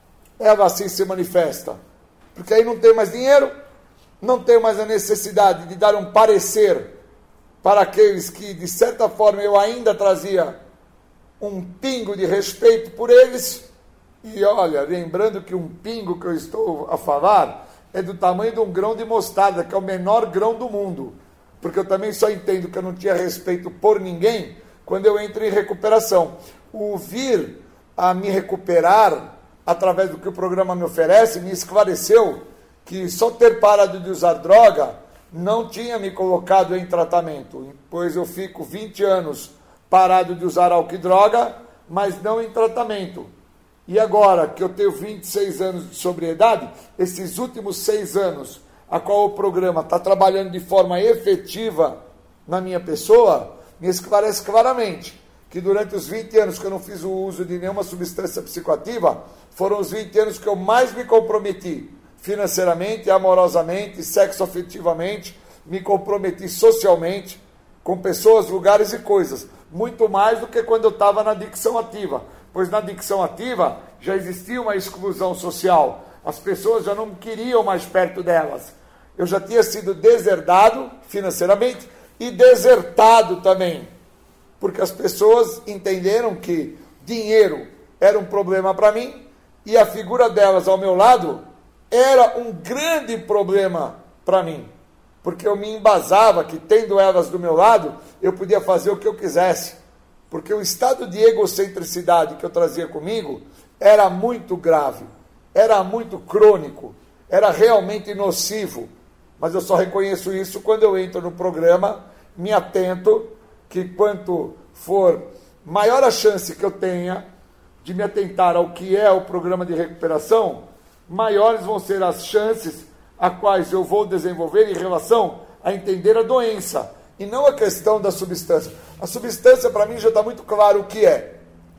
ela assim se manifesta. Porque aí não tem mais dinheiro, não tem mais a necessidade de dar um parecer para aqueles que, de certa forma, eu ainda trazia um pingo de respeito por eles. E olha, lembrando que um pingo que eu estou a falar é do tamanho de um grão de mostarda, que é o menor grão do mundo. Porque eu também só entendo que eu não tinha respeito por ninguém quando eu entro em recuperação. O vir a me recuperar através do que o programa me oferece, me esclareceu que só ter parado de usar droga não tinha me colocado em tratamento, pois eu fico vinte anos parado de usar álcool e droga, mas não em tratamento. E agora que eu tenho vinte e seis anos de sobriedade, esses últimos seis anos, a qual o programa está trabalhando de forma efetiva na minha pessoa, me esclarece claramente que durante os vinte anos que eu não fiz o uso de nenhuma substância psicoativa, foram os vinte anos que eu mais me comprometi financeiramente, amorosamente, sexoafetivamente, me comprometi socialmente, com pessoas, lugares e coisas, muito mais do que quando eu estava na adicção ativa, pois na adicção ativa já existia uma exclusão social, as pessoas já não me queriam mais perto delas. eu já tinha sido deserdado financeiramente e desertado também, porque as pessoas entenderam que dinheiro era um problema para mim e a figura delas ao meu lado era um grande problema para mim, porque eu me embasava que, tendo elas do meu lado, eu podia fazer o que eu quisesse, porque o estado de egocentricidade que eu trazia comigo era muito grave, era muito crônico, era realmente nocivo, mas eu só reconheço isso quando eu entro no programa, me atento que quanto for maior a chance que eu tenha de me atentar ao que é o programa de recuperação, maiores vão ser as chances a quais eu vou desenvolver em relação a entender a doença, e não a questão da substância. A substância, para mim, já está muito claro o que é.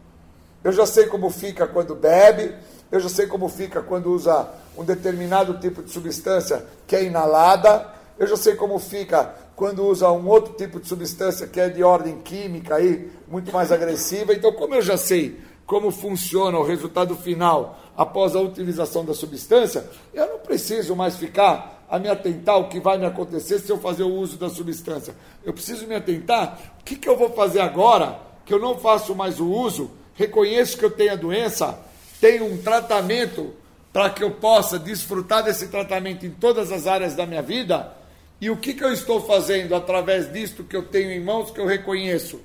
Eu já sei como fica quando bebe, eu já sei como fica quando usa um determinado tipo de substância que é inalada, eu já sei como fica quando usa um outro tipo de substância que é de ordem química, aí, muito mais agressiva. Então, como eu já sei como funciona o resultado final após a utilização da substância, eu não preciso mais ficar a me atentar ao que vai me acontecer se eu fazer o uso da substância. Eu preciso me atentar o que, que eu vou fazer agora, que eu não faço mais o uso, reconheço que eu tenho a doença, tenho um tratamento para que eu possa desfrutar desse tratamento em todas as áreas da minha vida, e o que, que eu estou fazendo através disto que eu tenho em mãos, que eu reconheço?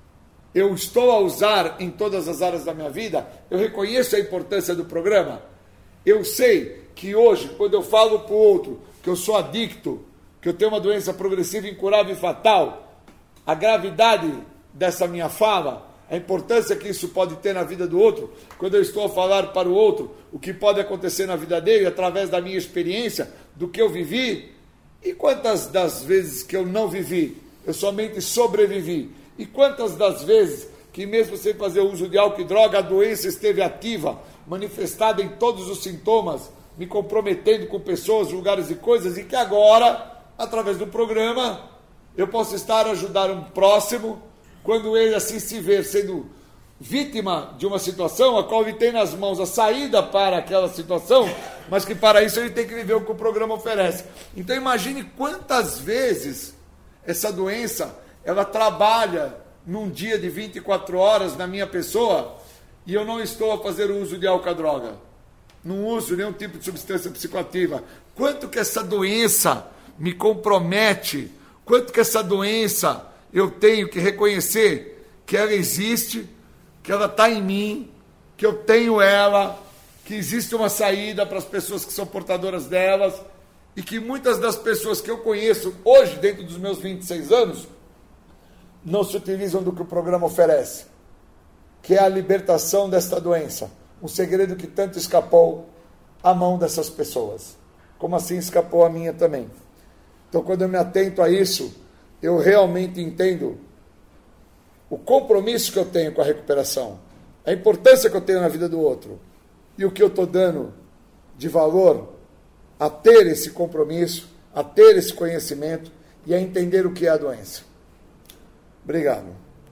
Eu estou a usar em todas as áreas da minha vida, eu reconheço a importância do programa, eu sei que hoje, quando eu falo para o outro que eu sou adicto, que eu tenho uma doença progressiva, incurável e fatal, a gravidade dessa minha fala, a importância que isso pode ter na vida do outro, quando eu estou a falar para o outro o que pode acontecer na vida dele, através da minha experiência, do que eu vivi, e quantas das vezes que eu não vivi, eu somente sobrevivi, e quantas das vezes que mesmo sem fazer uso de álcool e droga, a doença esteve ativa, manifestada em todos os sintomas, me comprometendo com pessoas, lugares e coisas, e que agora, através do programa, eu posso estar a ajudar um próximo, quando ele assim se ver sendo vítima de uma situação, a qual ele tem nas mãos a saída para aquela situação, mas que para isso ele tem que viver o que o programa oferece. Então imagine quantas vezes essa doença, ela trabalha num dia de vinte e quatro horas na minha pessoa, e eu não estou a fazer o uso de álcool e droga, não uso nenhum tipo de substância psicoativa. Quanto que essa doença me compromete, quanto que essa doença eu tenho que reconhecer que ela existe, que ela está em mim, que eu tenho ela, que existe uma saída para as pessoas que são portadoras delas, e que muitas das pessoas que eu conheço hoje, dentro dos meus vinte e seis anos, não se utilizam do que o programa oferece, que é a libertação desta doença, um segredo que tanto escapou à mão dessas pessoas, como assim escapou a minha também. Então, quando eu me atento a isso, eu realmente entendo o compromisso que eu tenho com a recuperação, a importância que eu tenho na vida do outro, e o que eu estou dando de valor a ter esse compromisso, a ter esse conhecimento e a entender o que é a doença. Obrigado.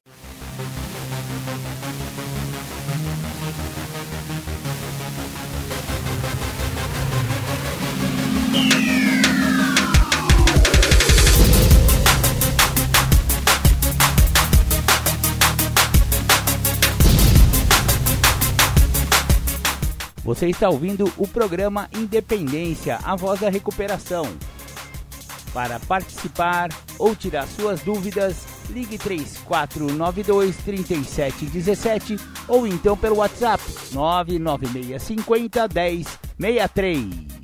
Você está ouvindo o programa Independência, a voz da recuperação. Para participar ou tirar suas dúvidas, ligue três quatro nove dois, três sete um sete ou então pelo WhatsApp nove nove seis cinco zero, um zero seis três.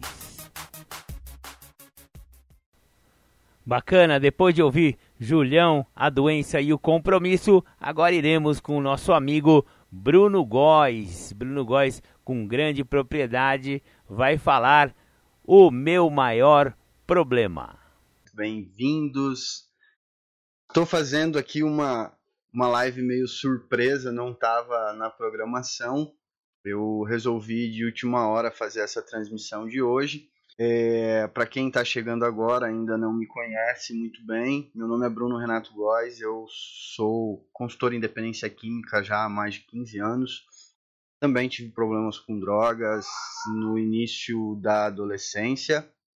Bacana, depois de ouvir Julião, a doença e o compromisso, agora iremos com o nosso amigo Bruno Góes. Bruno Góes, com grande propriedade, vai falar o meu maior problema.
Bem-vindos. Estou fazendo aqui uma, uma live meio surpresa, não estava na programação. Eu resolvi de última hora fazer essa transmissão de hoje. É, para quem está chegando agora, ainda não me conhece muito bem, meu nome é Bruno Renato Góes, eu sou consultor em dependência química já há mais de quinze anos. Também tive problemas com drogas no início da adolescência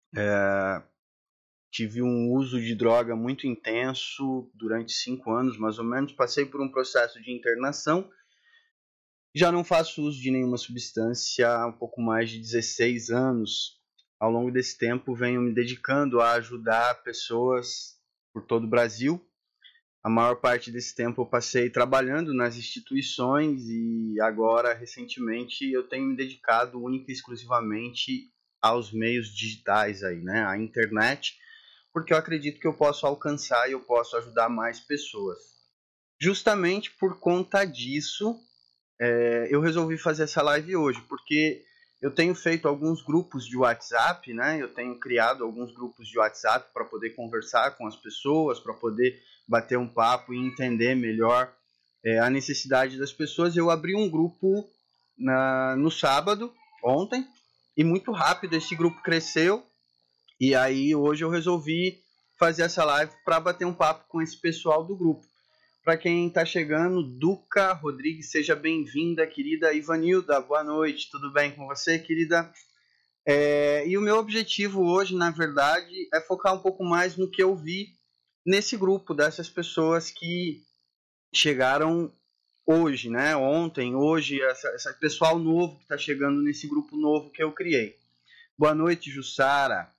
É, tive um uso de droga muito intenso durante cinco anos, mais ou menos. Passei por um processo de internação. Já não faço uso de nenhuma substância há um pouco mais de dezesseis anos. Ao longo desse tempo, venho me dedicando a ajudar pessoas por todo o Brasil. A maior parte desse tempo eu passei trabalhando nas instituições e agora, recentemente, eu tenho me dedicado única e exclusivamente aos meios digitais, aí, né? À internet, porque eu acredito que eu posso alcançar e eu posso ajudar mais pessoas. Justamente por conta disso, é, eu resolvi fazer essa live hoje, porque eu tenho feito alguns grupos de WhatsApp, né? Eu tenho criado alguns grupos de WhatsApp para poder conversar com as pessoas, para poder bater um papo e entender melhor é, a necessidade das pessoas. Eu abri um grupo na, no sábado, ontem, e muito rápido esse grupo cresceu. E aí hoje eu resolvi fazer essa live para bater um papo com esse pessoal do grupo. Para quem está chegando, Duca Rodrigues, seja bem-vinda, querida Ivanilda, boa noite, tudo bem com você, querida? É, e o meu objetivo hoje, na verdade, é focar um pouco mais no que eu vi nesse grupo dessas pessoas que chegaram hoje, né? Ontem, hoje, essa, esse pessoal novo que está chegando nesse grupo novo que eu criei. Boa noite, Jussara.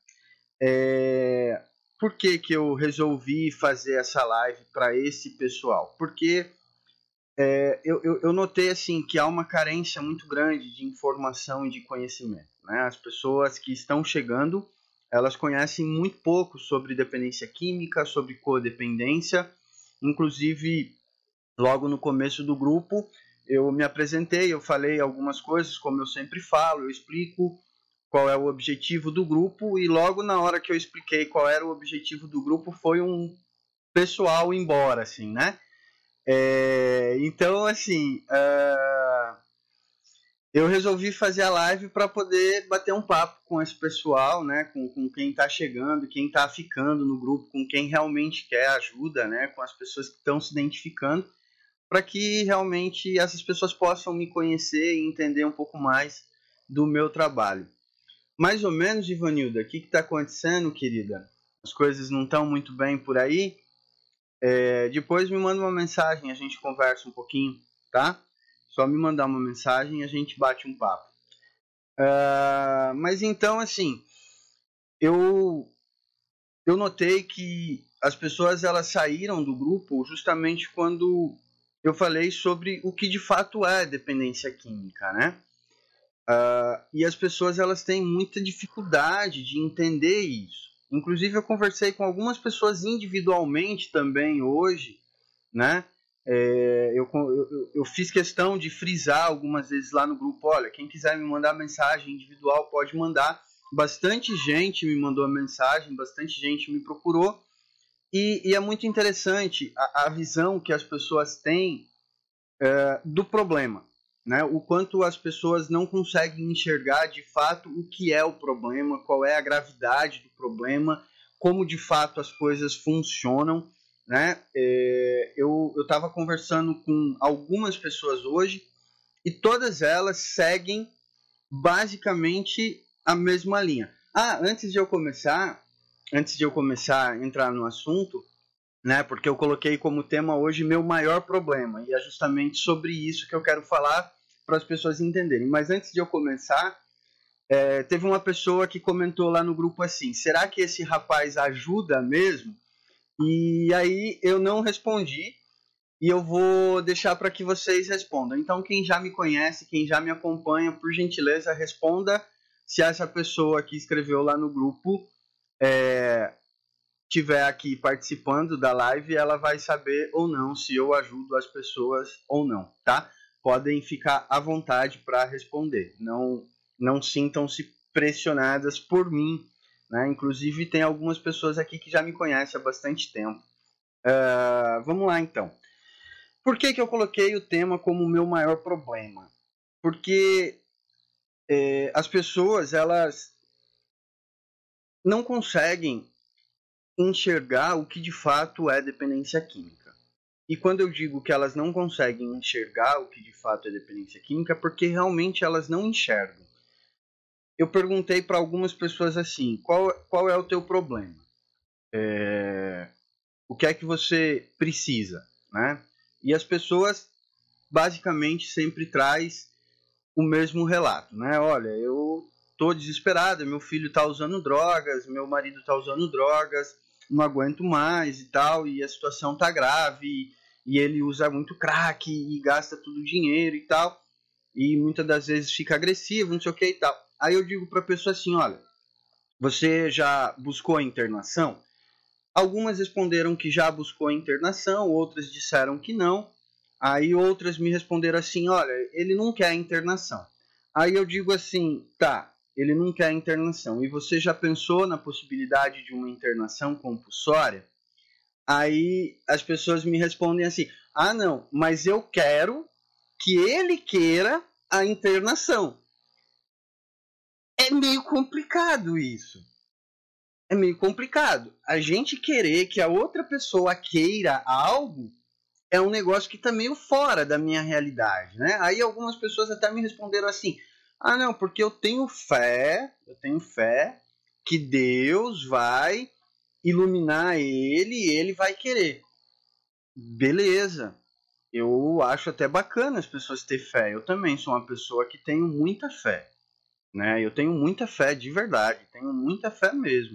É... Por que que eu resolvi fazer essa live para esse pessoal? Porque é, eu, eu, eu notei assim que há uma carência muito grande de informação e de conhecimento, né? As pessoas que estão chegando, elas conhecem muito pouco sobre dependência química, sobre codependência. Inclusive, logo no começo do grupo, eu me apresentei, eu falei algumas coisas, como eu sempre falo, eu explico qual é o objetivo do grupo, e logo na hora que eu expliquei qual era o objetivo do grupo, foi um pessoal embora, assim, né? É, então, assim, uh, eu resolvi fazer a live para poder bater um papo com esse pessoal, né? Com, com quem está chegando, quem está ficando no grupo, com quem realmente quer ajuda, né? Com as pessoas que estão se identificando, para que realmente essas pessoas possam me conhecer e entender um pouco mais do meu trabalho. Mais ou menos, Ivanilda, o que está acontecendo, querida? As coisas não estão muito bem por aí? É, depois me manda uma mensagem, a gente conversa um pouquinho, tá? Só me mandar uma mensagem e a gente bate um papo. Uh, mas então, assim, eu, eu notei que as pessoas elas saíram do grupo justamente quando eu falei sobre o que de fato é dependência química, né? Uh, e as pessoas elas têm muita dificuldade de entender isso. Inclusive eu conversei com algumas pessoas individualmente também hoje, né? É, eu, eu, eu fiz questão de frisar algumas vezes lá no grupo, olha, quem quiser me mandar mensagem individual pode mandar. Bastante gente me mandou mensagem, bastante gente me procurou, e, e é muito interessante a, a visão que as pessoas têm é, do problema. Né, o quanto as pessoas não conseguem enxergar de fato o que é o problema, qual é a gravidade do problema, como de fato as coisas funcionam. Né? É, eu estava conversando com algumas pessoas hoje e todas elas seguem basicamente a mesma linha. Ah, antes de eu começar, antes de eu começar a entrar no assunto, né, porque eu coloquei como tema hoje meu maior problema, e é justamente sobre isso que eu quero falar para as pessoas entenderem. Mas antes de eu começar, é, teve uma pessoa que comentou lá no grupo assim, será que esse rapaz ajuda mesmo? E aí eu não respondi, e eu vou deixar para que vocês respondam. Então quem já me conhece, quem já me acompanha, por gentileza, responda se essa pessoa que escreveu lá no grupo é, estiver aqui participando da live, ela vai saber ou não se eu ajudo as pessoas ou não, tá? Podem ficar à vontade para responder. Não, não sintam-se pressionadas por mim, né? Inclusive tem algumas pessoas aqui que já me conhecem há bastante tempo. Uh, vamos lá então. Por que que eu coloquei o tema como o meu maior problema? Porque é, as pessoas elas não conseguem enxergar o que de fato é dependência química. E quando eu digo que elas não conseguem enxergar o que de fato é dependência química, é porque realmente elas não enxergam. eu perguntei para algumas pessoas assim, qual, qual é o teu problema? É, o que é que você precisa, né? E as pessoas basicamente sempre traz o mesmo relato, né? Olha, eu tô desesperada, meu filho tá usando drogas, meu marido tá usando drogas, não aguento mais e tal, e a situação tá grave, e, e ele usa muito crack e gasta todo o dinheiro e tal, e muitas das vezes fica agressivo, não sei o que e tal. Aí eu digo pra pessoa assim, olha, você já buscou a internação? Algumas responderam que já buscou a internação, outras disseram que não. Aí outras me responderam assim, olha, ele não quer a internação. Aí eu digo assim, tá, ele não quer a internação. E você já pensou na possibilidade de uma internação compulsória? Aí as pessoas me respondem assim, ah não, mas eu quero que ele queira a internação. É meio complicado isso. É meio complicado. A gente querer que a outra pessoa queira algo é um negócio que está meio fora da minha realidade, né? Aí algumas pessoas até me responderam assim, ah não, porque eu tenho fé, eu tenho fé que Deus vai iluminar ele e ele vai querer. Beleza, eu acho até bacana as pessoas terem fé, eu também sou uma pessoa que tenho muita fé, né? Eu tenho muita fé de verdade, tenho muita fé mesmo.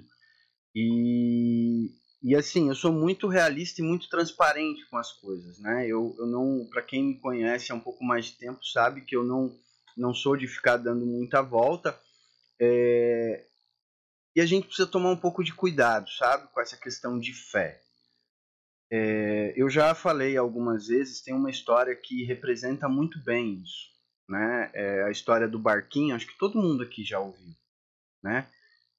E, e assim, eu sou muito realista e muito transparente com as coisas, né? Eu, eu não, para quem me conhece há um pouco mais de tempo, sabe que eu não, não sou de ficar dando muita volta. É, e a gente precisa tomar um pouco de cuidado, sabe? Com essa questão de fé. É, eu já falei algumas vezes, tem uma história que representa muito bem isso, né? É a história do barquinho, acho que todo mundo aqui já ouviu, né?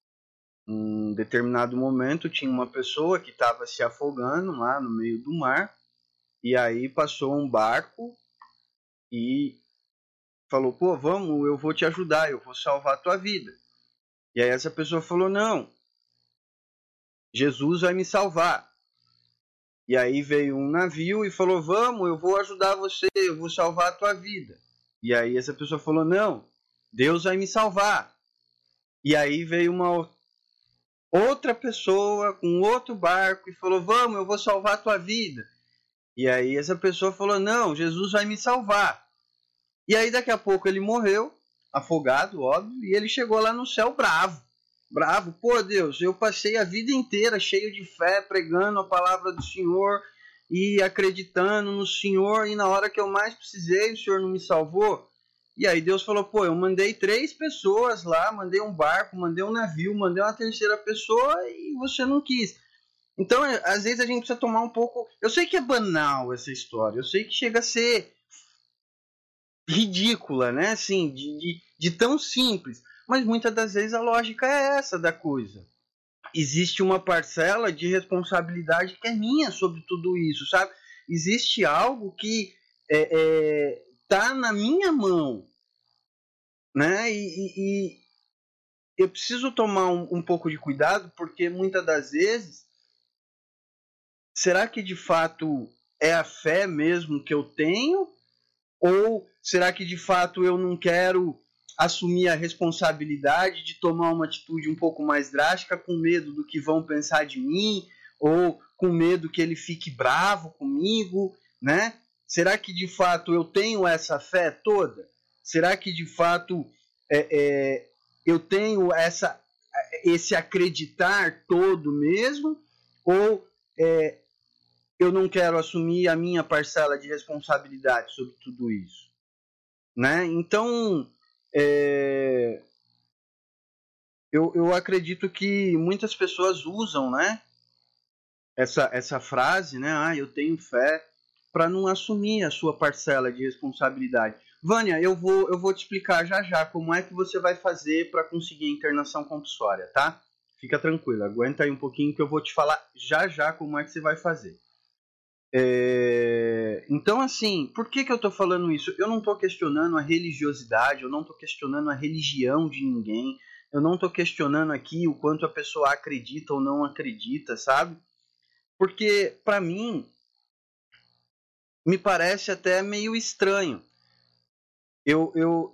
Em determinado momento tinha uma pessoa que estava se afogando lá no meio do mar, e aí passou um barco e falou, pô, vamos, eu vou te ajudar, eu vou salvar a tua vida. E aí essa pessoa falou, não, Jesus vai me salvar. E aí veio um navio e falou, vamos, eu vou ajudar você, eu vou salvar a tua vida. E aí essa pessoa falou, não, Deus vai me salvar. E aí veio uma outra pessoa com outro barco e falou, vamos, eu vou salvar a tua vida. E aí essa pessoa falou, não, Jesus vai me salvar. E aí daqui a pouco ele morreu, afogado, óbvio, e ele chegou lá no céu bravo. Bravo, pô Deus, eu passei a vida inteira cheio de fé, pregando a palavra do Senhor e acreditando no Senhor, e na hora que eu mais precisei, o Senhor não me salvou. E aí Deus falou, pô, eu mandei três pessoas lá, mandei um barco, mandei um navio, mandei uma terceira pessoa e você não quis. Então, às vezes a gente precisa tomar um pouco... Eu sei que é banal essa história, eu sei que chega a ser ridícula, né? Assim, de, de, de tão simples. Mas muitas das vezes a lógica é essa da coisa. Existe uma parcela de responsabilidade que é minha sobre tudo isso, sabe? Existe algo que é, é, tá na minha mão, né? E, e, e eu preciso tomar um, um pouco de cuidado, porque muitas das vezes, será que de fato é a fé mesmo que eu tenho? Ou será que de fato eu não quero assumir a responsabilidade de tomar uma atitude um pouco mais drástica, com medo do que vão pensar de mim, ou com medo que ele fique bravo comigo, né? Será que de fato eu tenho essa fé toda? Será que de fato é, é, eu tenho essa, esse acreditar todo mesmo? Ou é, eu não quero assumir a minha parcela de responsabilidade sobre tudo isso, né? Então, é, eu, eu acredito que muitas pessoas usam, né, essa, essa frase, né, ah, eu tenho fé, para não assumir a sua parcela de responsabilidade. Vânia, eu vou, eu vou te explicar já já como é que você vai fazer para conseguir a internação compulsória, tá? Fica tranquila, aguenta aí um pouquinho que eu vou te falar já já como é que você vai fazer. É... Então, assim, por que, que eu tô falando isso? Eu não tô questionando a religiosidade, eu não tô questionando a religião de ninguém, eu não tô questionando aqui o quanto a pessoa acredita ou não acredita, sabe? Porque, para mim, me parece até meio estranho eu, eu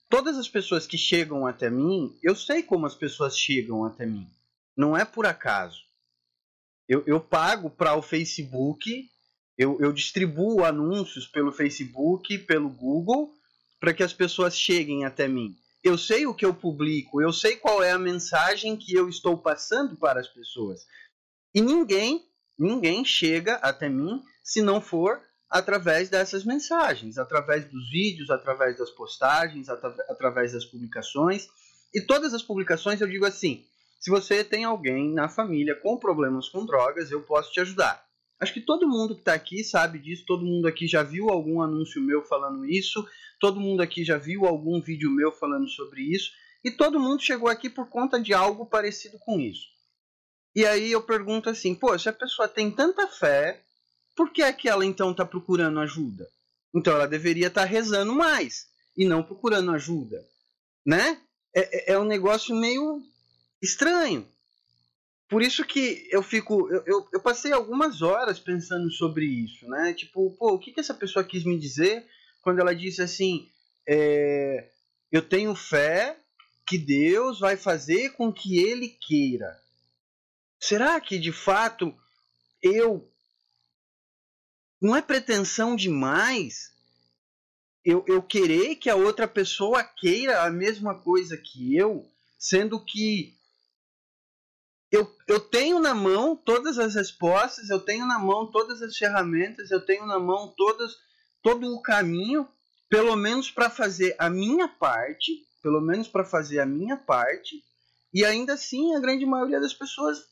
todas as pessoas que chegam até mim, eu sei como as pessoas chegam até mim. Não é por acaso. Eu, eu pago para o Facebook, eu, eu distribuo anúncios pelo Facebook, pelo Google, para que as pessoas cheguem até mim. Eu sei o que eu publico, eu sei qual é a mensagem que eu estou passando para as pessoas. E ninguém, ninguém chega até mim se não for através dessas mensagens, através dos vídeos, através das postagens, atra- através das publicações. E todas as publicações eu digo assim, se você tem alguém na família com problemas com drogas, eu posso te ajudar. Acho que todo mundo que está aqui sabe disso, todo mundo aqui já viu algum anúncio meu falando isso, todo mundo aqui já viu algum vídeo meu falando sobre isso, e todo mundo chegou aqui por conta de algo parecido com isso. E aí eu pergunto assim, pô, se a pessoa tem tanta fé, por que é que ela então está procurando ajuda? Então ela deveria estar tá rezando mais, e não procurando ajuda, né? É, é, é um negócio meio estranho. Por isso que eu fico, eu, eu, eu passei algumas horas pensando sobre isso, né? Tipo, pô, o que, que essa pessoa quis me dizer quando ela disse assim, é, eu tenho fé que Deus vai fazer com que Ele queira. Será que de fato eu, não é pretensão demais eu, eu querer que a outra pessoa queira a mesma coisa que eu, sendo que Eu, eu tenho na mão todas as respostas, eu tenho na mão todas as ferramentas, eu tenho na mão todas, todo o caminho, pelo menos para fazer a minha parte, pelo menos para fazer a minha parte, e ainda assim a grande maioria das pessoas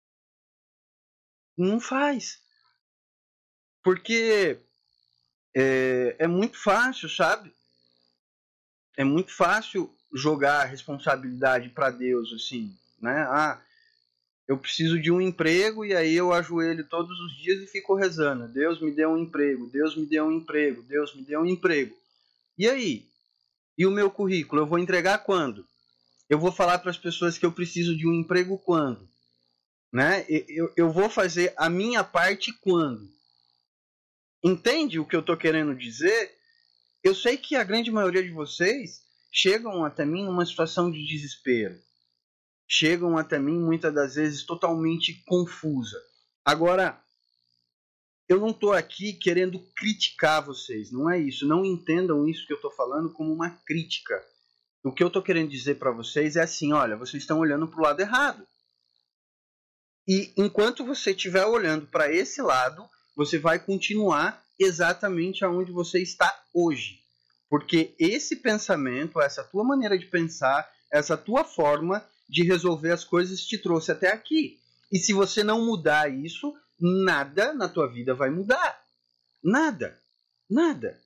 não faz. Porque é, é muito fácil, sabe? É muito fácil jogar a responsabilidade para Deus, assim, né? Ah, eu preciso de um emprego e aí eu ajoelho todos os dias e fico rezando. Deus me deu um emprego, Deus me deu um emprego, Deus me deu um emprego. E aí? E o meu currículo? Eu vou entregar quando? Eu vou falar para as pessoas que eu preciso de um emprego quando? Né? Eu, eu vou fazer a minha parte quando? Entende o que eu estou querendo dizer? Eu sei que a grande maioria de vocês chegam até mim numa situação de desespero. Chegam até mim, muitas das vezes, totalmente confusa. Agora, eu não estou aqui querendo criticar vocês, não é isso. Não entendam isso que eu estou falando como uma crítica. O que eu estou querendo dizer para vocês é assim, olha, vocês estão olhando para o lado errado. E enquanto você estiver olhando para esse lado, você vai continuar exatamente aonde você está hoje. Porque esse pensamento, essa tua maneira de pensar, essa tua forma de resolver as coisas te trouxe até aqui. E se você não mudar isso, nada na tua vida vai mudar. Nada. Nada.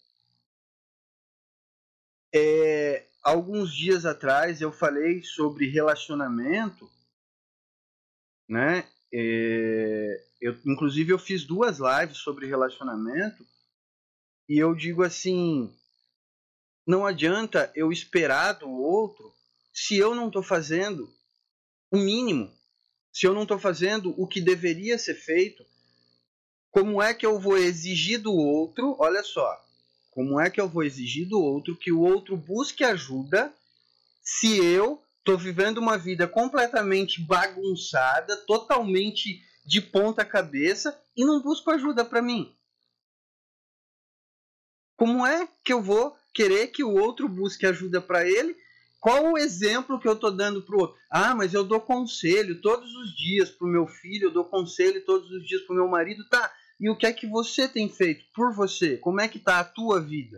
É, alguns dias atrás eu falei sobre relacionamento, né? É, eu, inclusive eu fiz duas lives sobre relacionamento e eu digo assim, não adianta eu esperar do outro se eu não estou fazendo o mínimo, se eu não estou fazendo o que deveria ser feito. Como é que eu vou exigir do outro, olha só, como é que eu vou exigir do outro que o outro busque ajuda se eu estou vivendo uma vida completamente bagunçada, totalmente de ponta cabeça e não busco ajuda para mim? Como é que eu vou querer que o outro busque ajuda para ele? Qual o exemplo que eu estou dando para o outro? Ah, mas eu dou conselho todos os dias para o meu filho, eu dou conselho todos os dias para o meu marido. Tá, e o que é que você tem feito por você? Como é que está a tua vida?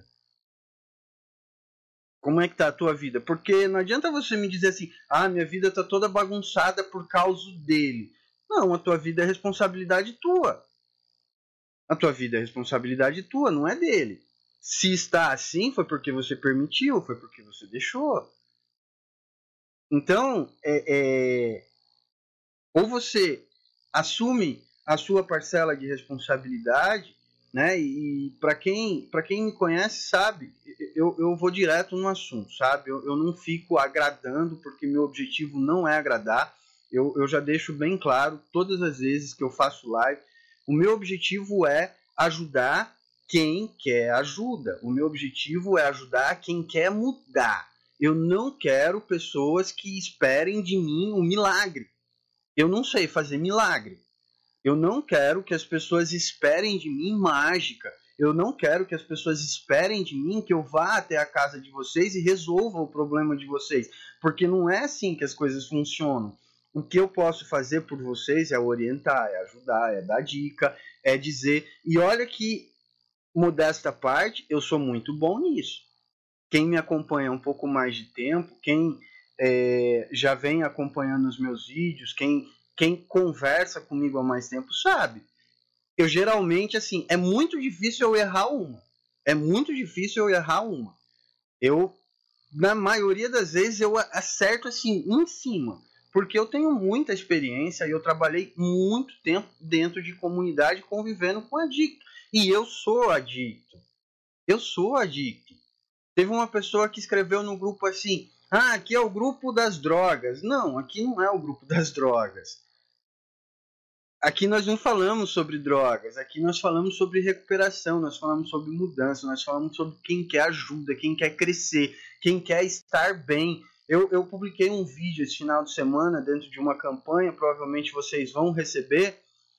Como é que está a tua vida? Porque não adianta você me dizer assim, ah, minha vida está toda bagunçada por causa dele. Não, a tua vida é responsabilidade tua. A tua vida é responsabilidade tua, não é dele. Se está assim, foi porque você permitiu, foi porque você deixou. Então, é, é, ou você assume a sua parcela de responsabilidade, né? E para quem, para quem me conhece sabe, eu, eu vou direto no assunto, sabe? Eu, eu não fico agradando, porque meu objetivo não é agradar. Eu, eu já deixo bem claro, todas as vezes que eu faço live, o meu objetivo é ajudar quem quer ajuda. O meu objetivo é ajudar quem quer mudar. Eu não quero pessoas que esperem de mim um milagre. Eu não sei fazer milagre. Eu não quero que as pessoas esperem de mim mágica. Eu não quero que as pessoas esperem de mim que eu vá até a casa de vocês e resolva o problema de vocês. Porque não é assim que as coisas funcionam. O que eu posso fazer por vocês é orientar, é ajudar, é dar dica, é dizer. E olha que, modesta parte, eu sou muito bom nisso. Quem me acompanha há um pouco mais de tempo, quem é, já vem acompanhando os meus vídeos, quem... Quem conversa comigo há mais tempo sabe. Eu geralmente, assim, é muito difícil eu errar uma. É muito difícil eu errar uma. Eu, na maioria das vezes, eu acerto, assim, em cima. Porque eu tenho muita experiência e eu trabalhei muito tempo dentro de comunidade convivendo com adicto. E eu sou adicto. Eu sou adicto. Teve uma pessoa que escreveu no grupo assim: ah, aqui é o grupo das drogas. Não, aqui não é o grupo das drogas. Aqui nós não falamos sobre drogas, aqui nós falamos sobre recuperação, nós falamos sobre mudança, nós falamos sobre quem quer ajuda, quem quer crescer, quem quer estar bem. Eu, eu publiquei um vídeo esse final de semana dentro de uma campanha, provavelmente vocês vão receber,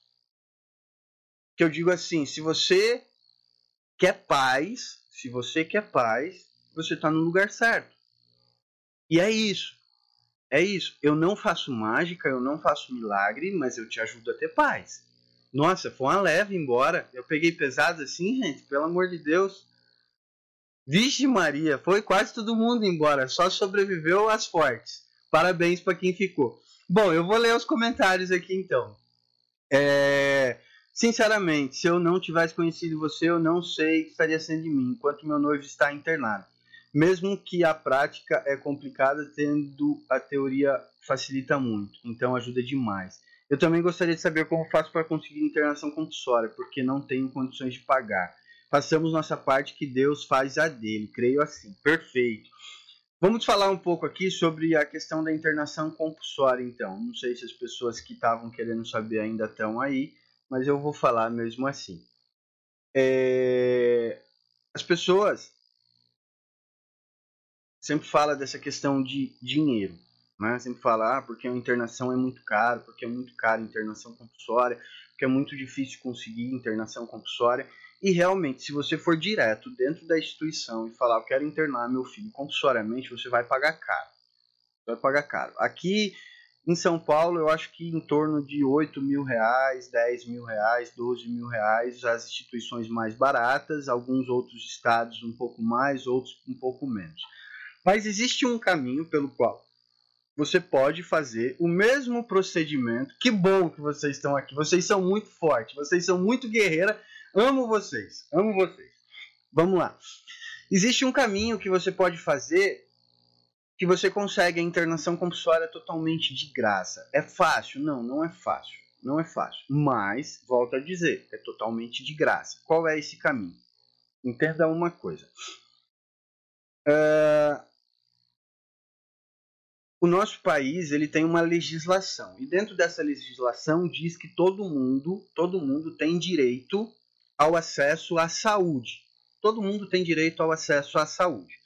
que eu digo assim: se você quer paz, se você quer paz, você está no lugar certo. E é isso. É isso, eu não faço mágica, eu não faço milagre, mas eu te ajudo a ter paz. Nossa, foi uma leve embora. Eu peguei pesado assim, gente, pelo amor de Deus. Vixe Maria, foi quase todo mundo embora, só sobreviveu as fortes. Parabéns para quem ficou. Bom, eu vou ler os comentários aqui então. É... Sinceramente, se eu não tivesse conhecido você, eu não sei o que estaria sendo de mim, enquanto meu noivo está internado. Mesmo que a prática é complicada, tendo a teoria facilita muito, então ajuda demais. Eu também gostaria de saber como faço para conseguir internação compulsória, porque não tenho condições de pagar. Façamos nossa parte que Deus faz a dele, creio assim. Perfeito. Vamos falar um pouco aqui sobre a questão da internação compulsória, então. Não sei se as pessoas que estavam querendo saber ainda estão aí, mas eu vou falar mesmo assim. É... As pessoas sempre fala dessa questão de dinheiro, né? Sempre fala, ah, porque a internação é muito caro, porque é muito caro a internação compulsória, porque é muito difícil conseguir internação compulsória. E realmente, se você for direto dentro da instituição e falar, eu quero internar meu filho compulsoriamente, você vai pagar caro. Vai pagar caro. Aqui em São Paulo, eu acho que em torno de oito mil reais, dez mil reais, doze mil reais, as instituições mais baratas, alguns outros estados um pouco mais, outros um pouco menos. Mas existe um caminho pelo qual você pode fazer o mesmo procedimento. Que bom que vocês estão aqui. Vocês são muito fortes. Vocês são muito guerreiras. Amo vocês. Amo vocês. Vamos lá. Existe um caminho que você pode fazer que você consegue a internação compulsória totalmente de graça. É fácil? Não, não é fácil. Não é fácil. Mas, volto a dizer, é totalmente de graça. Qual é esse caminho? Entenda uma coisa. Uh... O nosso país ele tem uma legislação e dentro dessa legislação diz que todo mundo, todo mundo tem direito ao acesso à saúde. Todo mundo tem direito ao acesso à saúde.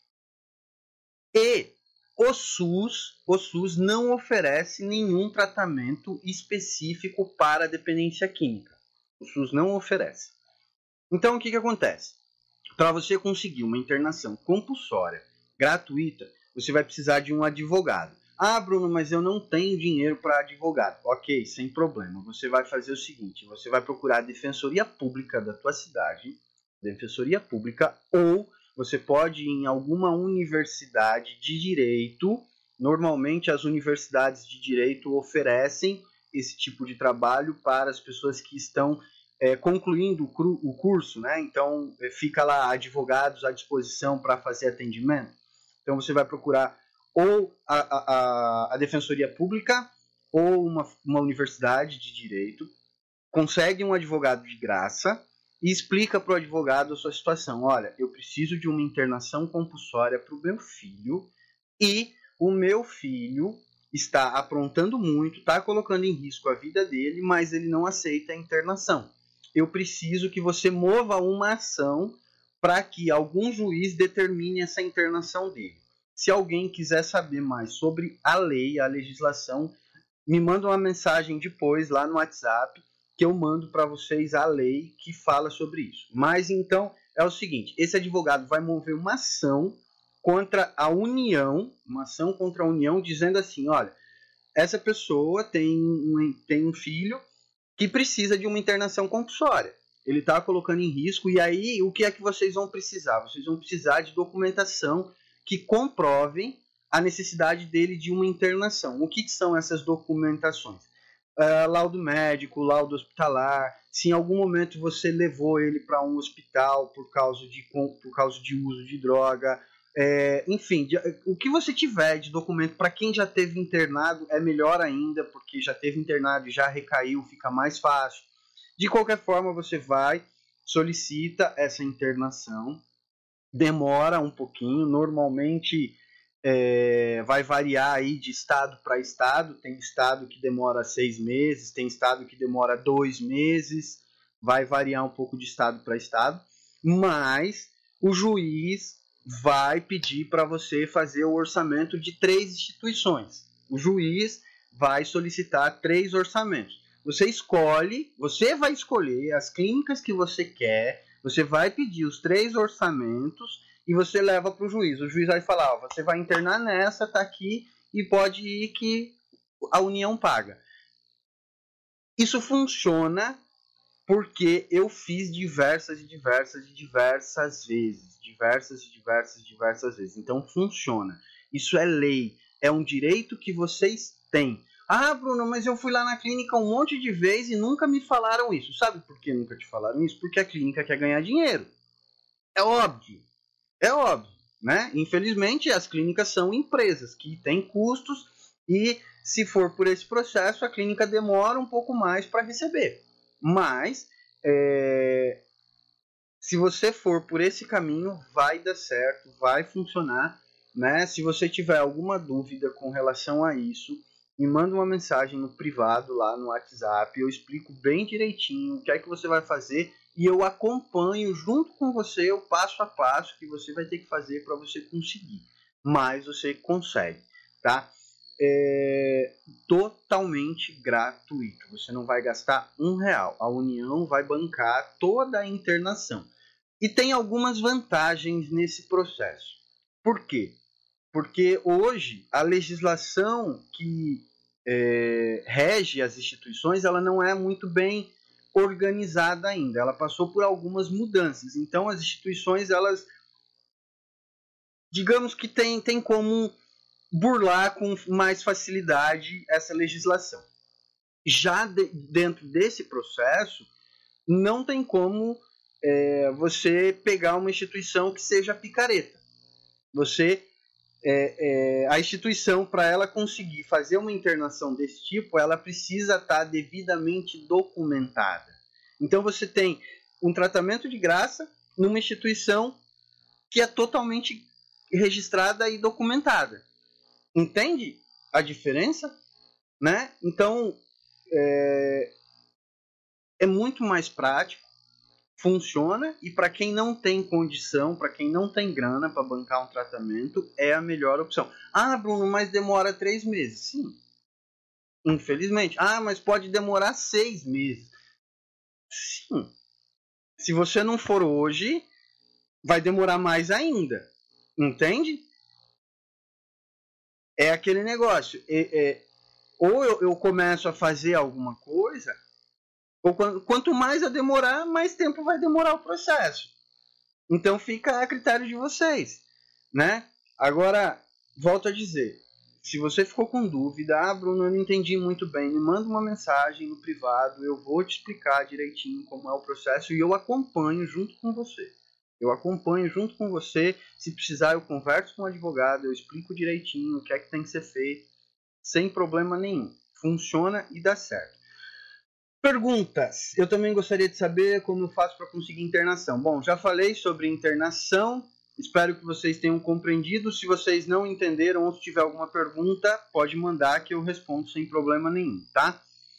E o SUS, o SUS não oferece nenhum tratamento específico para a dependência química. O SUS não oferece. Então o que, que acontece? Para você conseguir uma internação compulsória gratuita, você vai precisar de um advogado. Ah, Bruno, mas eu não tenho dinheiro para advogado. Ok, sem problema. Você vai fazer o seguinte, você vai procurar a Defensoria Pública da tua cidade, Defensoria Pública, ou você pode ir em alguma universidade de direito. Normalmente as universidades de direito oferecem esse tipo de trabalho para as pessoas que estão é, concluindo o, cru, o curso, né? Então fica lá advogados à disposição para fazer atendimento. Então você vai procurar ou a, a, a Defensoria Pública ou uma, uma universidade de direito, consegue um advogado de graça e explica para o advogado a sua situação. Olha, eu preciso de uma internação compulsória para o meu filho e o meu filho está aprontando muito, está colocando em risco a vida dele, mas ele não aceita a internação. Eu preciso que você mova uma ação para que algum juiz determine essa internação dele. Se alguém quiser saber mais sobre a lei, a legislação, me manda uma mensagem depois lá no WhatsApp, que eu mando para vocês a lei que fala sobre isso. Mas então é o seguinte, esse advogado vai mover uma ação contra a União, uma ação contra a União, dizendo assim, olha, essa pessoa tem um, tem um filho que precisa de uma internação compulsória. Ele está colocando em risco, e aí o que é que vocês vão precisar? Vocês vão precisar de documentação que comprovem a necessidade dele de uma internação. O que, que são essas documentações? Uh, laudo médico, laudo hospitalar, se em algum momento você levou ele para um hospital por causa de, por causa de uso de droga, é, enfim, de, o que você tiver de documento, para quem já teve internado é melhor ainda, porque já teve internado e já recaiu, fica mais fácil. De qualquer forma, você vai, solicita essa internação, demora um pouquinho, normalmente é, vai variar aí de estado para estado, tem estado que demora seis meses, tem estado que demora dois meses, vai variar um pouco de estado para estado, mas o juiz vai pedir para você fazer o orçamento de três instituições. O juiz vai solicitar três orçamentos. Você escolhe, você vai escolher as clínicas que você quer, você vai pedir os três orçamentos e você leva para o juiz. O juiz vai falar, ó, você vai internar nessa, tá aqui, e pode ir que a União paga. Isso funciona porque eu fiz diversas e diversas e diversas vezes. Diversas e diversas e diversas vezes. Então funciona. Isso é lei. É um direito que vocês têm. Ah, Bruno, mas eu fui lá na clínica um monte de vezes e nunca me falaram isso. Sabe por que nunca te falaram isso? Porque a clínica quer ganhar dinheiro. É óbvio. É óbvio, né? Infelizmente, as clínicas são empresas que têm custos e, se for por esse processo, a clínica demora um pouco mais para receber. Mas, é... se você for por esse caminho, vai dar certo, vai funcionar, né? Se você tiver alguma dúvida com relação a isso, me manda uma mensagem no privado lá no WhatsApp, eu explico bem direitinho o que é que você vai fazer e eu acompanho junto com você o passo a passo que você vai ter que fazer para você conseguir. Mas você consegue, tá? É totalmente gratuito, você não vai gastar um real, a União vai bancar toda a internação. E tem algumas vantagens nesse processo. Por quê? Porque hoje a legislação que é, rege as instituições, ela não é muito bem organizada ainda. Ela passou por algumas mudanças. Então as instituições, elas, digamos que tem, tem como burlar com mais facilidade essa legislação. Já de, dentro desse processo, não tem como é, você pegar uma instituição que seja picareta. Você... É, é, a instituição, para ela conseguir fazer uma internação desse tipo, ela precisa estar devidamente documentada. Então você tem um tratamento de graça numa instituição que é totalmente registrada e documentada. Entende a diferença? Né? Então é, é muito mais prático, funciona, e para quem não tem condição, para quem não tem grana para bancar um tratamento, é a melhor opção. Ah, Bruno, mas demora três meses. Sim, infelizmente. Ah, mas pode demorar seis meses. Sim. Se você não for hoje, vai demorar mais ainda. Entende? É aquele negócio. É, é, ou eu, eu começo a fazer alguma coisa, ou quanto mais eu demorar, mais tempo vai demorar o processo. Então fica a critério de vocês, né? Agora, volto a dizer, se você ficou com dúvida, ah, Bruno, eu não entendi muito bem, me manda uma mensagem no privado, eu vou te explicar direitinho como é o processo e eu acompanho junto com você. Eu acompanho junto com você, se precisar eu converso com o advogado, eu explico direitinho o que é que tem que ser feito, sem problema nenhum. Funciona e dá certo. Perguntas. Eu também gostaria de saber como eu faço para conseguir internação. Bom, já falei sobre internação. Espero que vocês tenham compreendido. Se vocês não entenderam ou se tiver alguma pergunta, pode mandar que eu respondo sem problema nenhum, tá?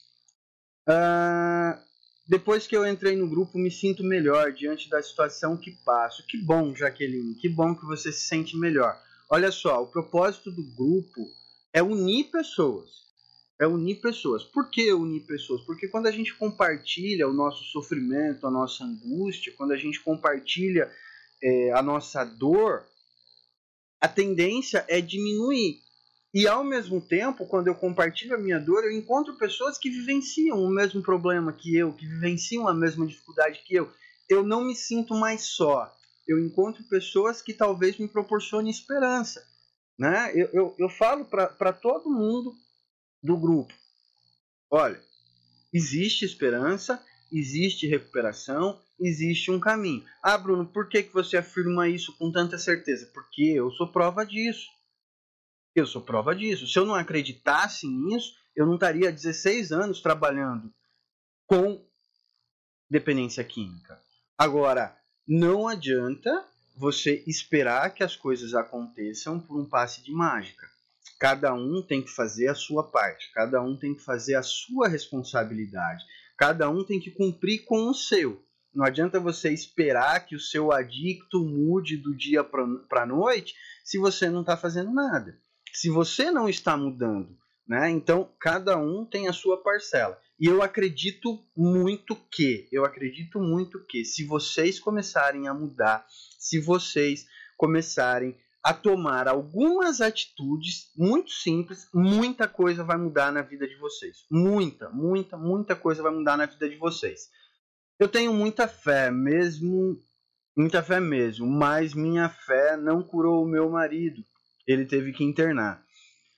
Uh, depois que eu entrei no grupo, me sinto melhor diante da situação que passo. Que bom, Jaqueline. Que bom que você se sente melhor. Olha só, o propósito do grupo é unir pessoas. É unir pessoas. Por que unir pessoas? Porque quando a gente compartilha o nosso sofrimento, a nossa angústia, quando a gente compartilha é, a nossa dor, a tendência é diminuir. E ao mesmo tempo, quando eu compartilho a minha dor, eu encontro pessoas que vivenciam o mesmo problema que eu, que vivenciam a mesma dificuldade que eu. Eu não me sinto mais só. Eu encontro pessoas que talvez me proporcionem esperança. Né? Eu, eu, eu falo para todo mundo do grupo: olha, existe esperança, existe recuperação, existe um caminho. Ah, Bruno, por que, que você afirma isso com tanta certeza? Porque eu sou prova disso. Eu sou prova disso. Se eu não acreditasse nisso, eu não estaria há dezesseis anos trabalhando com dependência química. Agora, não adianta você esperar que as coisas aconteçam por um passe de mágica. Cada um tem que fazer a sua parte, cada um tem que fazer a sua responsabilidade, cada um tem que cumprir com o seu. Não adianta você esperar que o seu adicto mude do dia para a noite se você não está fazendo nada. Se você não está mudando, né? Então cada um tem a sua parcela. E eu acredito muito que, eu acredito muito que se vocês começarem a mudar, se vocês começarem a tomar algumas atitudes muito simples, muita coisa vai mudar na vida de vocês. Muita, muita, muita coisa vai mudar na vida de vocês. Eu tenho muita fé, mesmo, muita fé mesmo, mas minha fé não curou o meu marido. Ele teve que internar.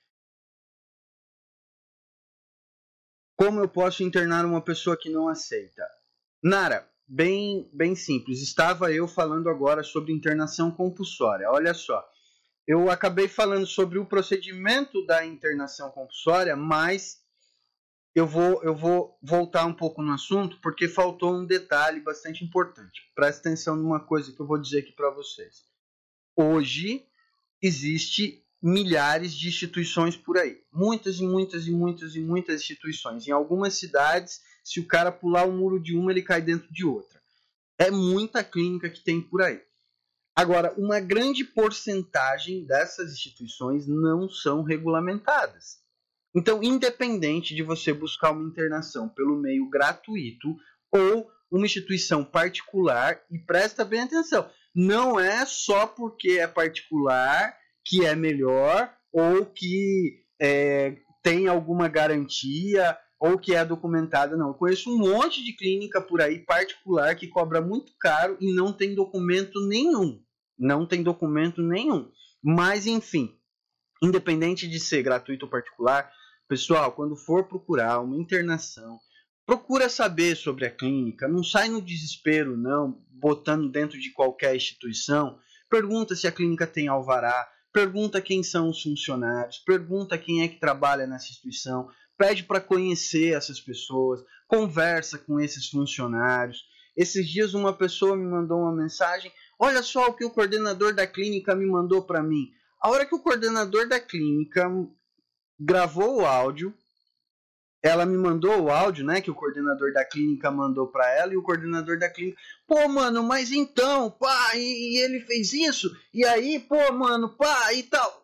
Como eu posso internar uma pessoa que não aceita? Nara, bem, bem simples. Estava eu falando agora sobre internação compulsória. Olha só. Eu acabei falando sobre o procedimento da internação compulsória, mas eu vou, eu vou voltar um pouco no assunto porque faltou um detalhe bastante importante. Presta atenção numa coisa que eu vou dizer aqui para vocês. Hoje existe milhares de instituições por aí. Muitas e muitas e muitas e muitas instituições. Em algumas cidades, se o cara pular o muro de uma, ele cai dentro de outra. É muita clínica que tem por aí. Agora, uma grande porcentagem dessas instituições não são regulamentadas. Então, independente de você buscar uma internação pelo meio gratuito ou uma instituição particular, e presta bem atenção, não é só porque é particular que é melhor ou que é, tem alguma garantia ou que é documentada, não. Eu conheço um monte de clínica por aí particular que cobra muito caro e não tem documento nenhum. Não tem documento nenhum. Mas, enfim, independente de ser gratuito ou particular, pessoal, quando for procurar uma internação, procura saber sobre a clínica. Não sai no desespero, não, botando dentro de qualquer instituição. Pergunta se a clínica tem alvará. Pergunta quem são os funcionários. Pergunta quem é que trabalha nessa instituição. Pede para conhecer essas pessoas. Conversa com esses funcionários. Esses dias uma pessoa me mandou uma mensagem: olha só o que o coordenador da clínica me mandou para mim. A hora que o coordenador da clínica gravou o áudio, ela me mandou o áudio, né, que o coordenador da clínica mandou para ela, e o coordenador da clínica: pô, mano, mas então, pá, e, e ele fez isso, e aí, pô, mano, pá, e tal.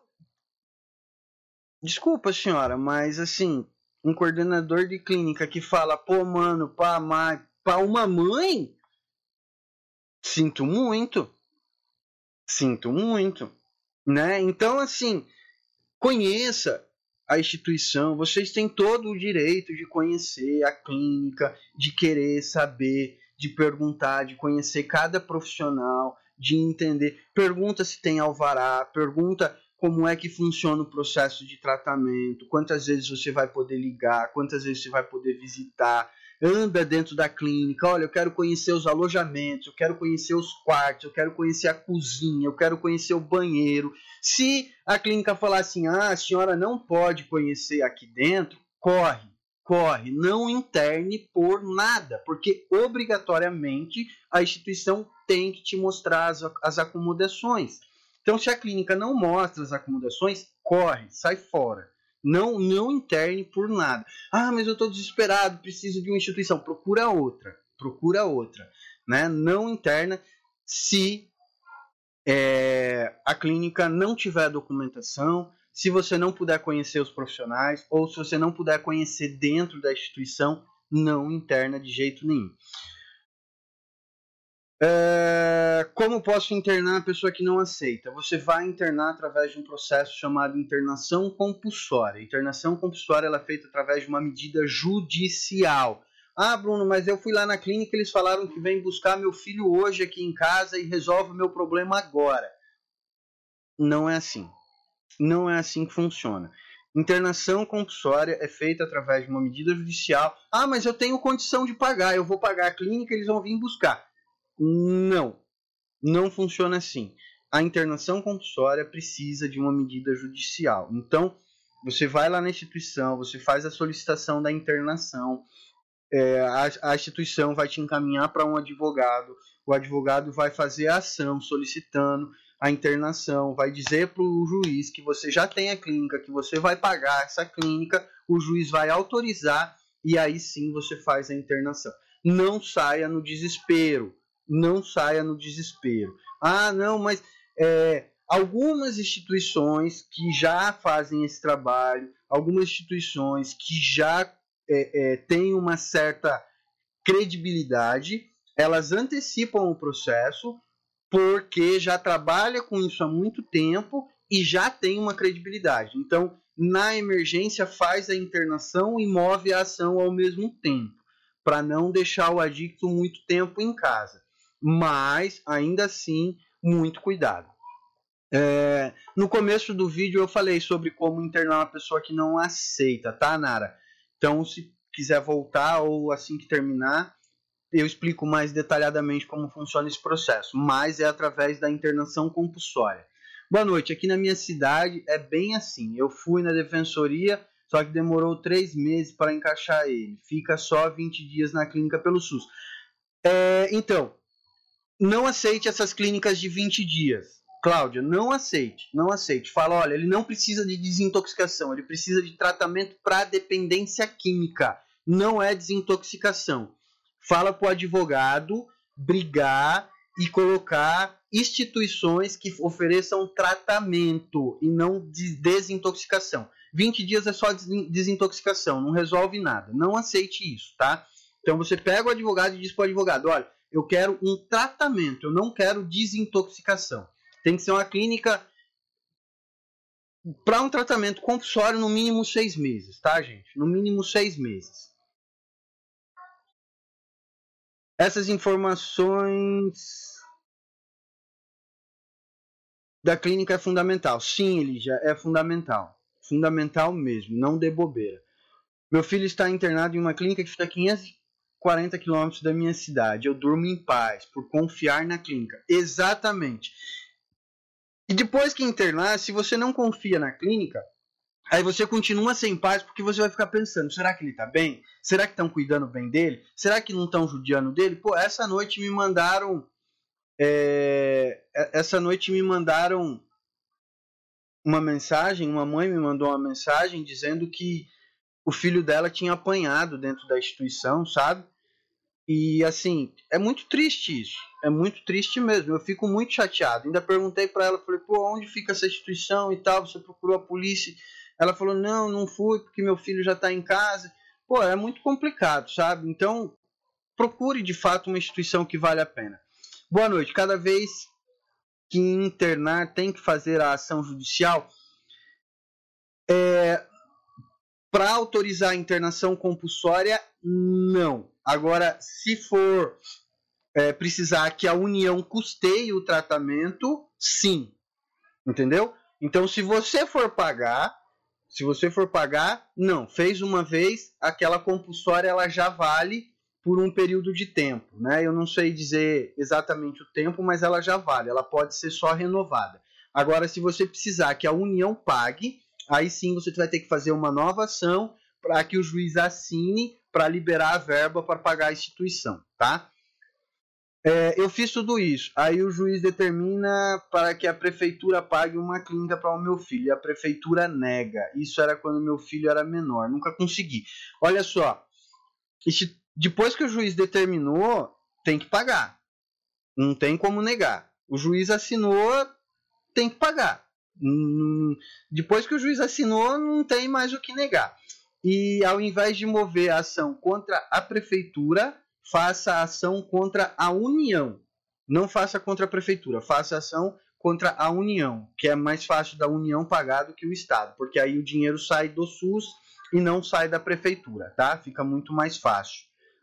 Desculpa, senhora, mas assim, um coordenador de clínica que fala: pô, mano, pá, mas, pá, uma mãe? Sinto muito. Sinto muito, né? Então, assim, conheça a instituição. Vocês têm todo o direito de conhecer a clínica, de querer saber, de perguntar, de conhecer cada profissional, de entender. Pergunta se tem alvará, pergunta como é que funciona o processo de tratamento, quantas vezes você vai poder ligar, quantas vezes você vai poder visitar. Anda dentro da clínica, olha, eu quero conhecer os alojamentos, eu quero conhecer os quartos, eu quero conhecer a cozinha, eu quero conhecer o banheiro. Se a clínica falar assim: ah, a senhora não pode conhecer aqui dentro, corre, corre, não interne por nada, porque obrigatoriamente a instituição tem que te mostrar as, as acomodações. Então, se a clínica não mostra as acomodações, corre, sai fora. Não, não interne por nada. Ah, mas eu estou desesperado, preciso de uma instituição. Procura outra, procura outra. Né? Não interna se é, a clínica não tiver documentação, se você não puder conhecer os profissionais, ou se você não puder conhecer dentro da instituição, não interna de jeito nenhum. É, como posso internar a pessoa que não aceita? Você vai internar através de um processo chamado internação compulsória. Internação compulsória ela é feita através de uma medida judicial. Ah, Bruno, mas eu fui lá na clínica e eles falaram que vem buscar meu filho hoje aqui em casa e resolve o meu problema agora. Não é assim. Não é assim que funciona. Internação compulsória é feita através de uma medida judicial. Ah, mas eu tenho condição de pagar, eu vou pagar a clínica e eles vão vir buscar. Não, não funciona assim. A internação compulsória precisa de uma medida judicial. Então, você vai lá na instituição, você faz a solicitação da internação, é, a, a instituição vai te encaminhar para um advogado, o advogado vai fazer a ação solicitando a internação, vai dizer para o juiz que você já tem a clínica, que você vai pagar essa clínica, o juiz vai autorizar e aí sim você faz a internação. Não saia no desespero. Não saia no desespero. Ah, não, mas é, algumas instituições que já fazem esse trabalho, algumas instituições que já é, é, têm uma certa credibilidade, elas antecipam o processo porque já trabalha com isso há muito tempo e já tem uma credibilidade. Então, na emergência, faz a internação e move a ação ao mesmo tempo, para não deixar o adicto muito tempo em casa. Mas, ainda assim, muito cuidado. É, no começo do vídeo eu falei sobre como internar uma pessoa que não aceita, tá, Nara? Então, se quiser voltar ou assim que terminar, eu explico mais detalhadamente como funciona esse processo. Mas é através da internação compulsória. Boa noite, aqui na minha cidade é bem assim. Eu fui na defensoria, só que demorou três meses para encaixar ele. Fica só vinte dias na clínica pelo SUS. É, então... Não aceite essas clínicas de vinte dias. Cláudia, não aceite. Não aceite. Fala, olha, ele não precisa de desintoxicação. Ele precisa de tratamento para dependência química. Não é desintoxicação. Fala para o advogado brigar e colocar instituições que ofereçam tratamento e não desintoxicação. vinte dias é só desintoxicação. Não resolve nada. Não aceite isso, tá? Então você pega o advogado e diz para o advogado, olha, eu quero um tratamento, eu não quero desintoxicação. Tem que ser uma clínica para um tratamento compulsório no mínimo seis meses, tá, gente? No mínimo seis meses. Essas informações da clínica é fundamental. Sim, Elija, é fundamental. Fundamental mesmo, não dê bobeira. Meu filho está internado em uma clínica que fica a quinhentos e quarenta quilômetros da minha cidade. Eu durmo em paz por confiar na clínica. Exatamente. E depois que internar, se você não confia na clínica, aí você continua sem paz porque você vai ficar pensando, será que ele está bem? Será que estão cuidando bem dele? Será que não estão judiando dele? Pô, essa noite me mandaram é, essa noite me mandaram uma mensagem, uma mãe me mandou uma mensagem dizendo que o filho dela tinha apanhado dentro da instituição, sabe? E assim, é muito triste isso. É muito triste mesmo. Eu fico muito chateado. Ainda perguntei para ela, falei, pô, onde fica essa instituição e tal? Você procurou a polícia? Ela falou, não, não fui, porque meu filho já está em casa. Pô, é muito complicado, sabe? Então, procure de fato uma instituição que vale a pena. Boa noite. Cada vez que internar tem que fazer a ação judicial, é... para autorizar a internação compulsória, não. Agora, se for é, precisar que a União custeie o tratamento, sim. Entendeu? Então, se você for pagar, se você for pagar, não. Fez uma vez, aquela compulsória ela já vale por um período de tempo, né? Eu não sei dizer exatamente o tempo, mas ela já vale. Ela pode ser só renovada. Agora, se você precisar que a União pague, aí sim você vai ter que fazer uma nova ação para que o juiz assine para liberar a verba para pagar a instituição, tá? É, eu fiz tudo isso. Aí o juiz determina para que a prefeitura pague uma clínica para o meu filho. E a prefeitura nega. Isso era quando meu filho era menor. Nunca consegui. Olha só. Depois que o juiz determinou, tem que pagar. Não tem como negar. O juiz assinou, tem que pagar. Hum, depois que o juiz assinou, não tem mais o que negar. E ao invés de mover a ação contra a prefeitura, faça a ação contra a União. Não faça contra a prefeitura, faça a ação contra a União, que é mais fácil da União pagar do que o Estado, porque aí o dinheiro sai do SUS e não sai da prefeitura, tá? Fica muito mais fácil.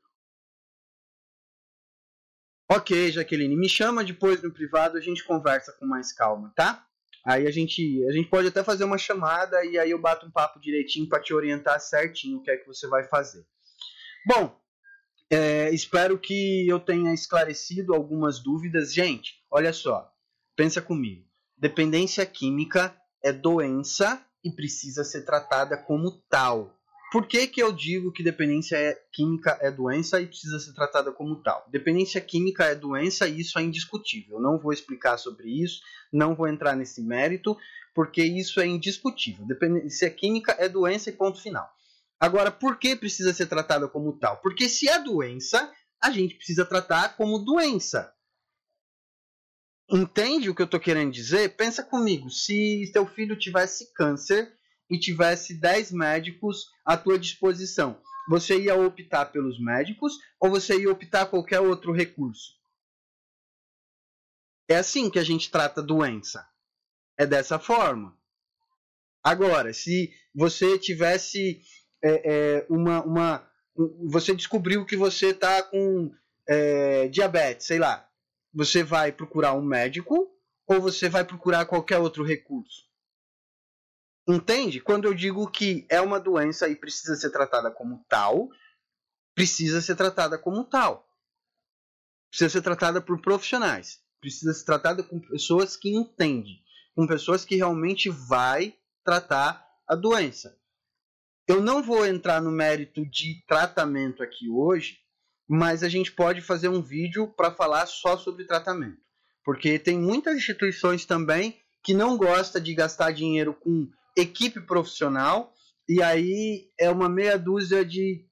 Ok, Jaqueline, me chama depois no privado, a gente conversa com mais calma, tá? Aí a gente, a gente pode até fazer uma chamada e aí eu bato um papo direitinho para te orientar certinho o que é que você vai fazer. Bom, é, espero que eu tenha esclarecido algumas dúvidas. Gente, olha só, pensa comigo. Dependência química é doença e precisa ser tratada como tal. Por que que eu digo que dependência é, química é doença e precisa ser tratada como tal? Dependência química é doença e isso é indiscutível. Não vou explicar sobre isso, não vou entrar nesse mérito, porque isso é indiscutível. Dependência química é doença e ponto final. Agora, por que precisa ser tratada como tal? Porque se é doença, a gente precisa tratar como doença. Entende o que eu estou querendo dizer? Pensa comigo, se teu filho tivesse câncer e tivesse dez médicos à tua disposição, você ia optar pelos médicos ou você ia optar qualquer outro recurso? É assim que a gente trata a doença. É dessa forma. Agora, se você tivesse é, é, uma, uma... Você descobriu que você está com é, diabetes, sei lá. Você vai procurar um médico ou você vai procurar qualquer outro recurso? Entende? Quando eu digo que é uma doença e precisa ser tratada como tal, precisa ser tratada como tal. Precisa ser tratada por profissionais. Precisa ser tratada com pessoas que entendem. Com pessoas que realmente vai tratar a doença. Eu não vou entrar no mérito de tratamento aqui hoje, mas a gente pode fazer um vídeo para falar só sobre tratamento. Porque tem muitas instituições também que não gostam de gastar dinheiro com equipe profissional, e aí é uma meia dúzia de...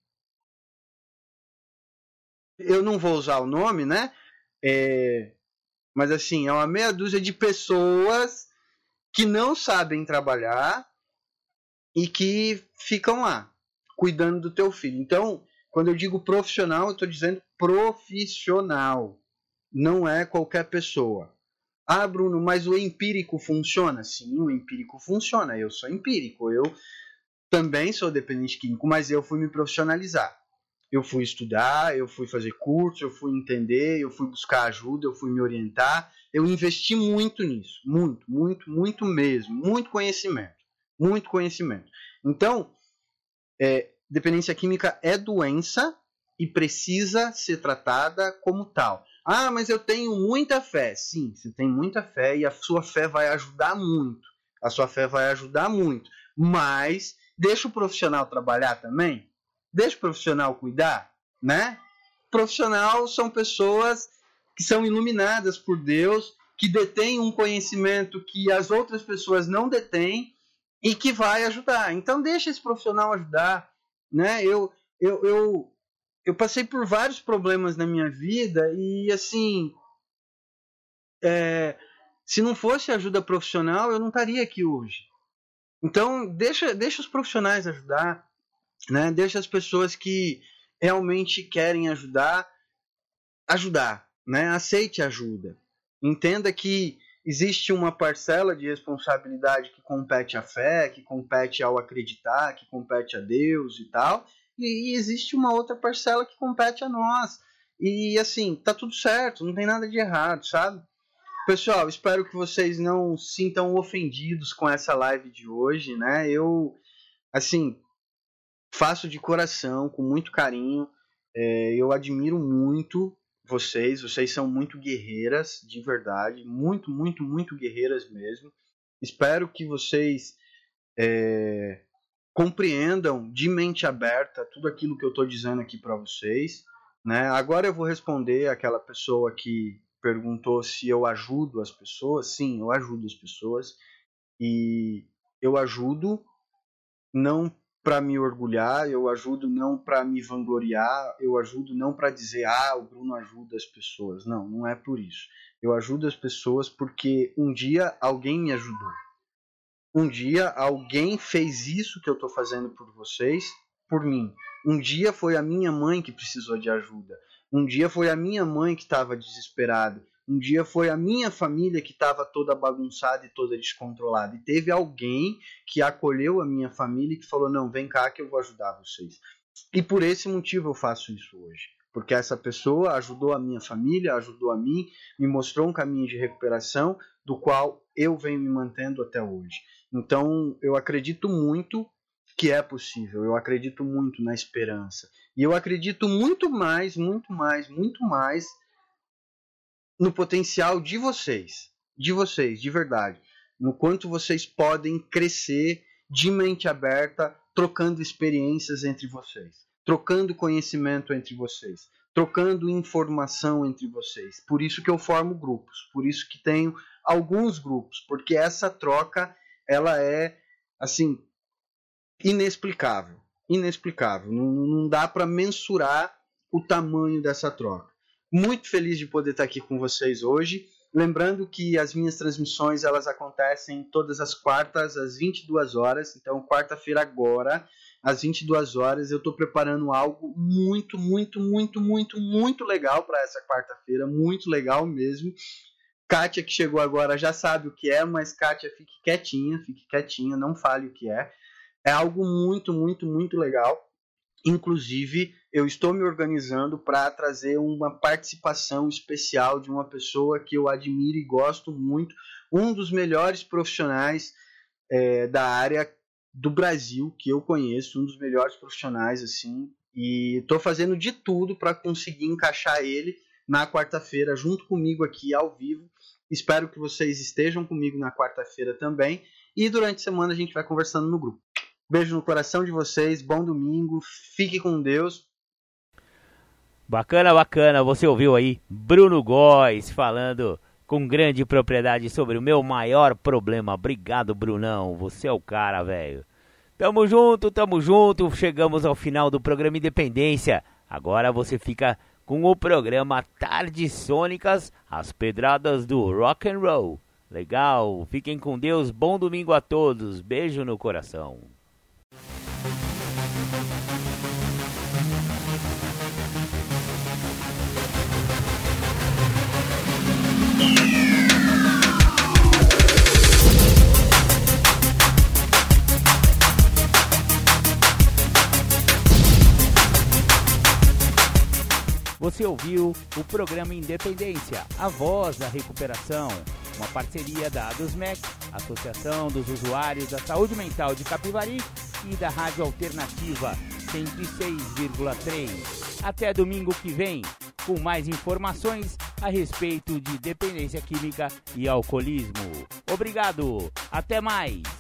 Eu não vou usar o nome, né? É... Mas assim, é uma meia dúzia de pessoas que não sabem trabalhar e que ficam lá, cuidando do teu filho. Então, quando eu digo profissional, eu estou dizendo profissional. Não é qualquer pessoa. Ah, Bruno, mas o empírico funciona? Sim, o empírico funciona. Eu sou empírico. Eu também sou dependente químico, mas eu fui me profissionalizar. Eu fui estudar, eu fui fazer curso, eu fui entender, eu fui buscar ajuda, eu fui me orientar. Eu investi muito nisso. Muito, muito, muito mesmo. Muito conhecimento. Muito conhecimento. Então, é, dependência química é doença e precisa ser tratada como tal. Ah, mas eu tenho muita fé. Sim, você tem muita fé e a sua fé vai ajudar muito. A sua fé vai ajudar muito. Mas deixa o profissional trabalhar também. Deixa o profissional cuidar, né? Profissional são pessoas que são iluminadas por Deus, que detêm um conhecimento que as outras pessoas não detêm e que vai ajudar. Então deixa esse profissional ajudar, né? Eu, eu, eu, eu passei por vários problemas na minha vida e assim, é, se não fosse ajuda profissional, eu não estaria aqui hoje. Então deixa, deixa os profissionais ajudar, né? Deixa as pessoas que realmente querem ajudar, ajudar, né? Aceite ajuda. Entenda que existe uma parcela de responsabilidade que compete à fé, que compete ao acreditar, que compete a Deus e tal, e existe uma outra parcela que compete a nós. E assim, tá tudo certo, não tem nada de errado, sabe? Pessoal, espero que vocês não se sintam ofendidos com essa live de hoje, né? Eu, assim, faço de coração, com muito carinho, é, eu admiro muito vocês, vocês são muito guerreiras, de verdade, muito, muito, muito guerreiras mesmo. Espero que vocês é, compreendam de mente aberta tudo aquilo que eu estou dizendo aqui para vocês, né? Agora eu vou responder aquela pessoa que perguntou se eu ajudo as pessoas. Sim, eu ajudo as pessoas e eu ajudo não para me orgulhar, eu ajudo não para me vangloriar, eu ajudo não para dizer, ah, o Bruno ajuda as pessoas. Não, não é por isso. Eu ajudo as pessoas porque um dia alguém me ajudou. Um dia alguém fez isso que eu estou fazendo por vocês, por mim. Um dia foi a minha mãe que precisou de ajuda. Um dia foi a minha mãe que estava desesperada. Um dia foi a minha família que estava toda bagunçada e toda descontrolada. E teve alguém que acolheu a minha família e que falou, não, vem cá que eu vou ajudar vocês. E por esse motivo eu faço isso hoje. Porque essa pessoa ajudou a minha família, ajudou a mim, me mostrou um caminho de recuperação do qual eu venho me mantendo até hoje. Então eu acredito muito que é possível. Eu acredito muito na esperança. E eu acredito muito mais, muito mais, muito mais no potencial de vocês, de vocês, de verdade, no quanto vocês podem crescer de mente aberta, trocando experiências entre vocês, trocando conhecimento entre vocês, trocando informação entre vocês. Por isso que eu formo grupos, por isso que tenho alguns grupos, porque essa troca, ela é, assim, inexplicável, inexplicável, não, não dá para mensurar o tamanho dessa troca. Muito feliz de poder estar aqui com vocês hoje. Lembrando que as minhas transmissões elas acontecem todas as quartas às vinte e duas horas. Então, quarta-feira agora, às vinte e duas horas, eu estou preparando algo muito, muito, muito, muito, muito legal para essa quarta-feira. Muito legal mesmo. Kátia, que chegou agora, já sabe o que é, mas Kátia, fique quietinha, fique quietinha, não fale o que é. É algo muito, muito, muito legal. Inclusive, eu estou me organizando para trazer uma participação especial de uma pessoa que eu admiro e gosto muito, um dos melhores profissionais é, da área do Brasil que eu conheço, um dos melhores profissionais, assim, e estou fazendo de tudo para conseguir encaixar ele na quarta-feira junto comigo aqui ao vivo. Espero que vocês estejam comigo na quarta-feira também, e durante a semana a gente vai conversando no grupo. Beijo no coração de vocês, bom domingo, fique com Deus.
Bacana, bacana, você ouviu aí Bruno Góes falando com grande propriedade sobre o meu maior problema. Obrigado, Brunão, você é o cara, velho. Tamo junto, tamo junto, chegamos ao final do programa Independência. Agora você fica com o programa Tardes Sônicas, as pedradas do rock and roll. Legal, fiquem com Deus, bom domingo a todos, beijo no coração. Você ouviu o programa Independência, a voz da recuperação, uma parceria da ADUSMEC, Associação dos Usuários da Saúde Mental de Capivari, e da Rádio Alternativa cento e seis vírgula três. Até domingo que vem, com mais informações a respeito de dependência química e alcoolismo. Obrigado, até mais!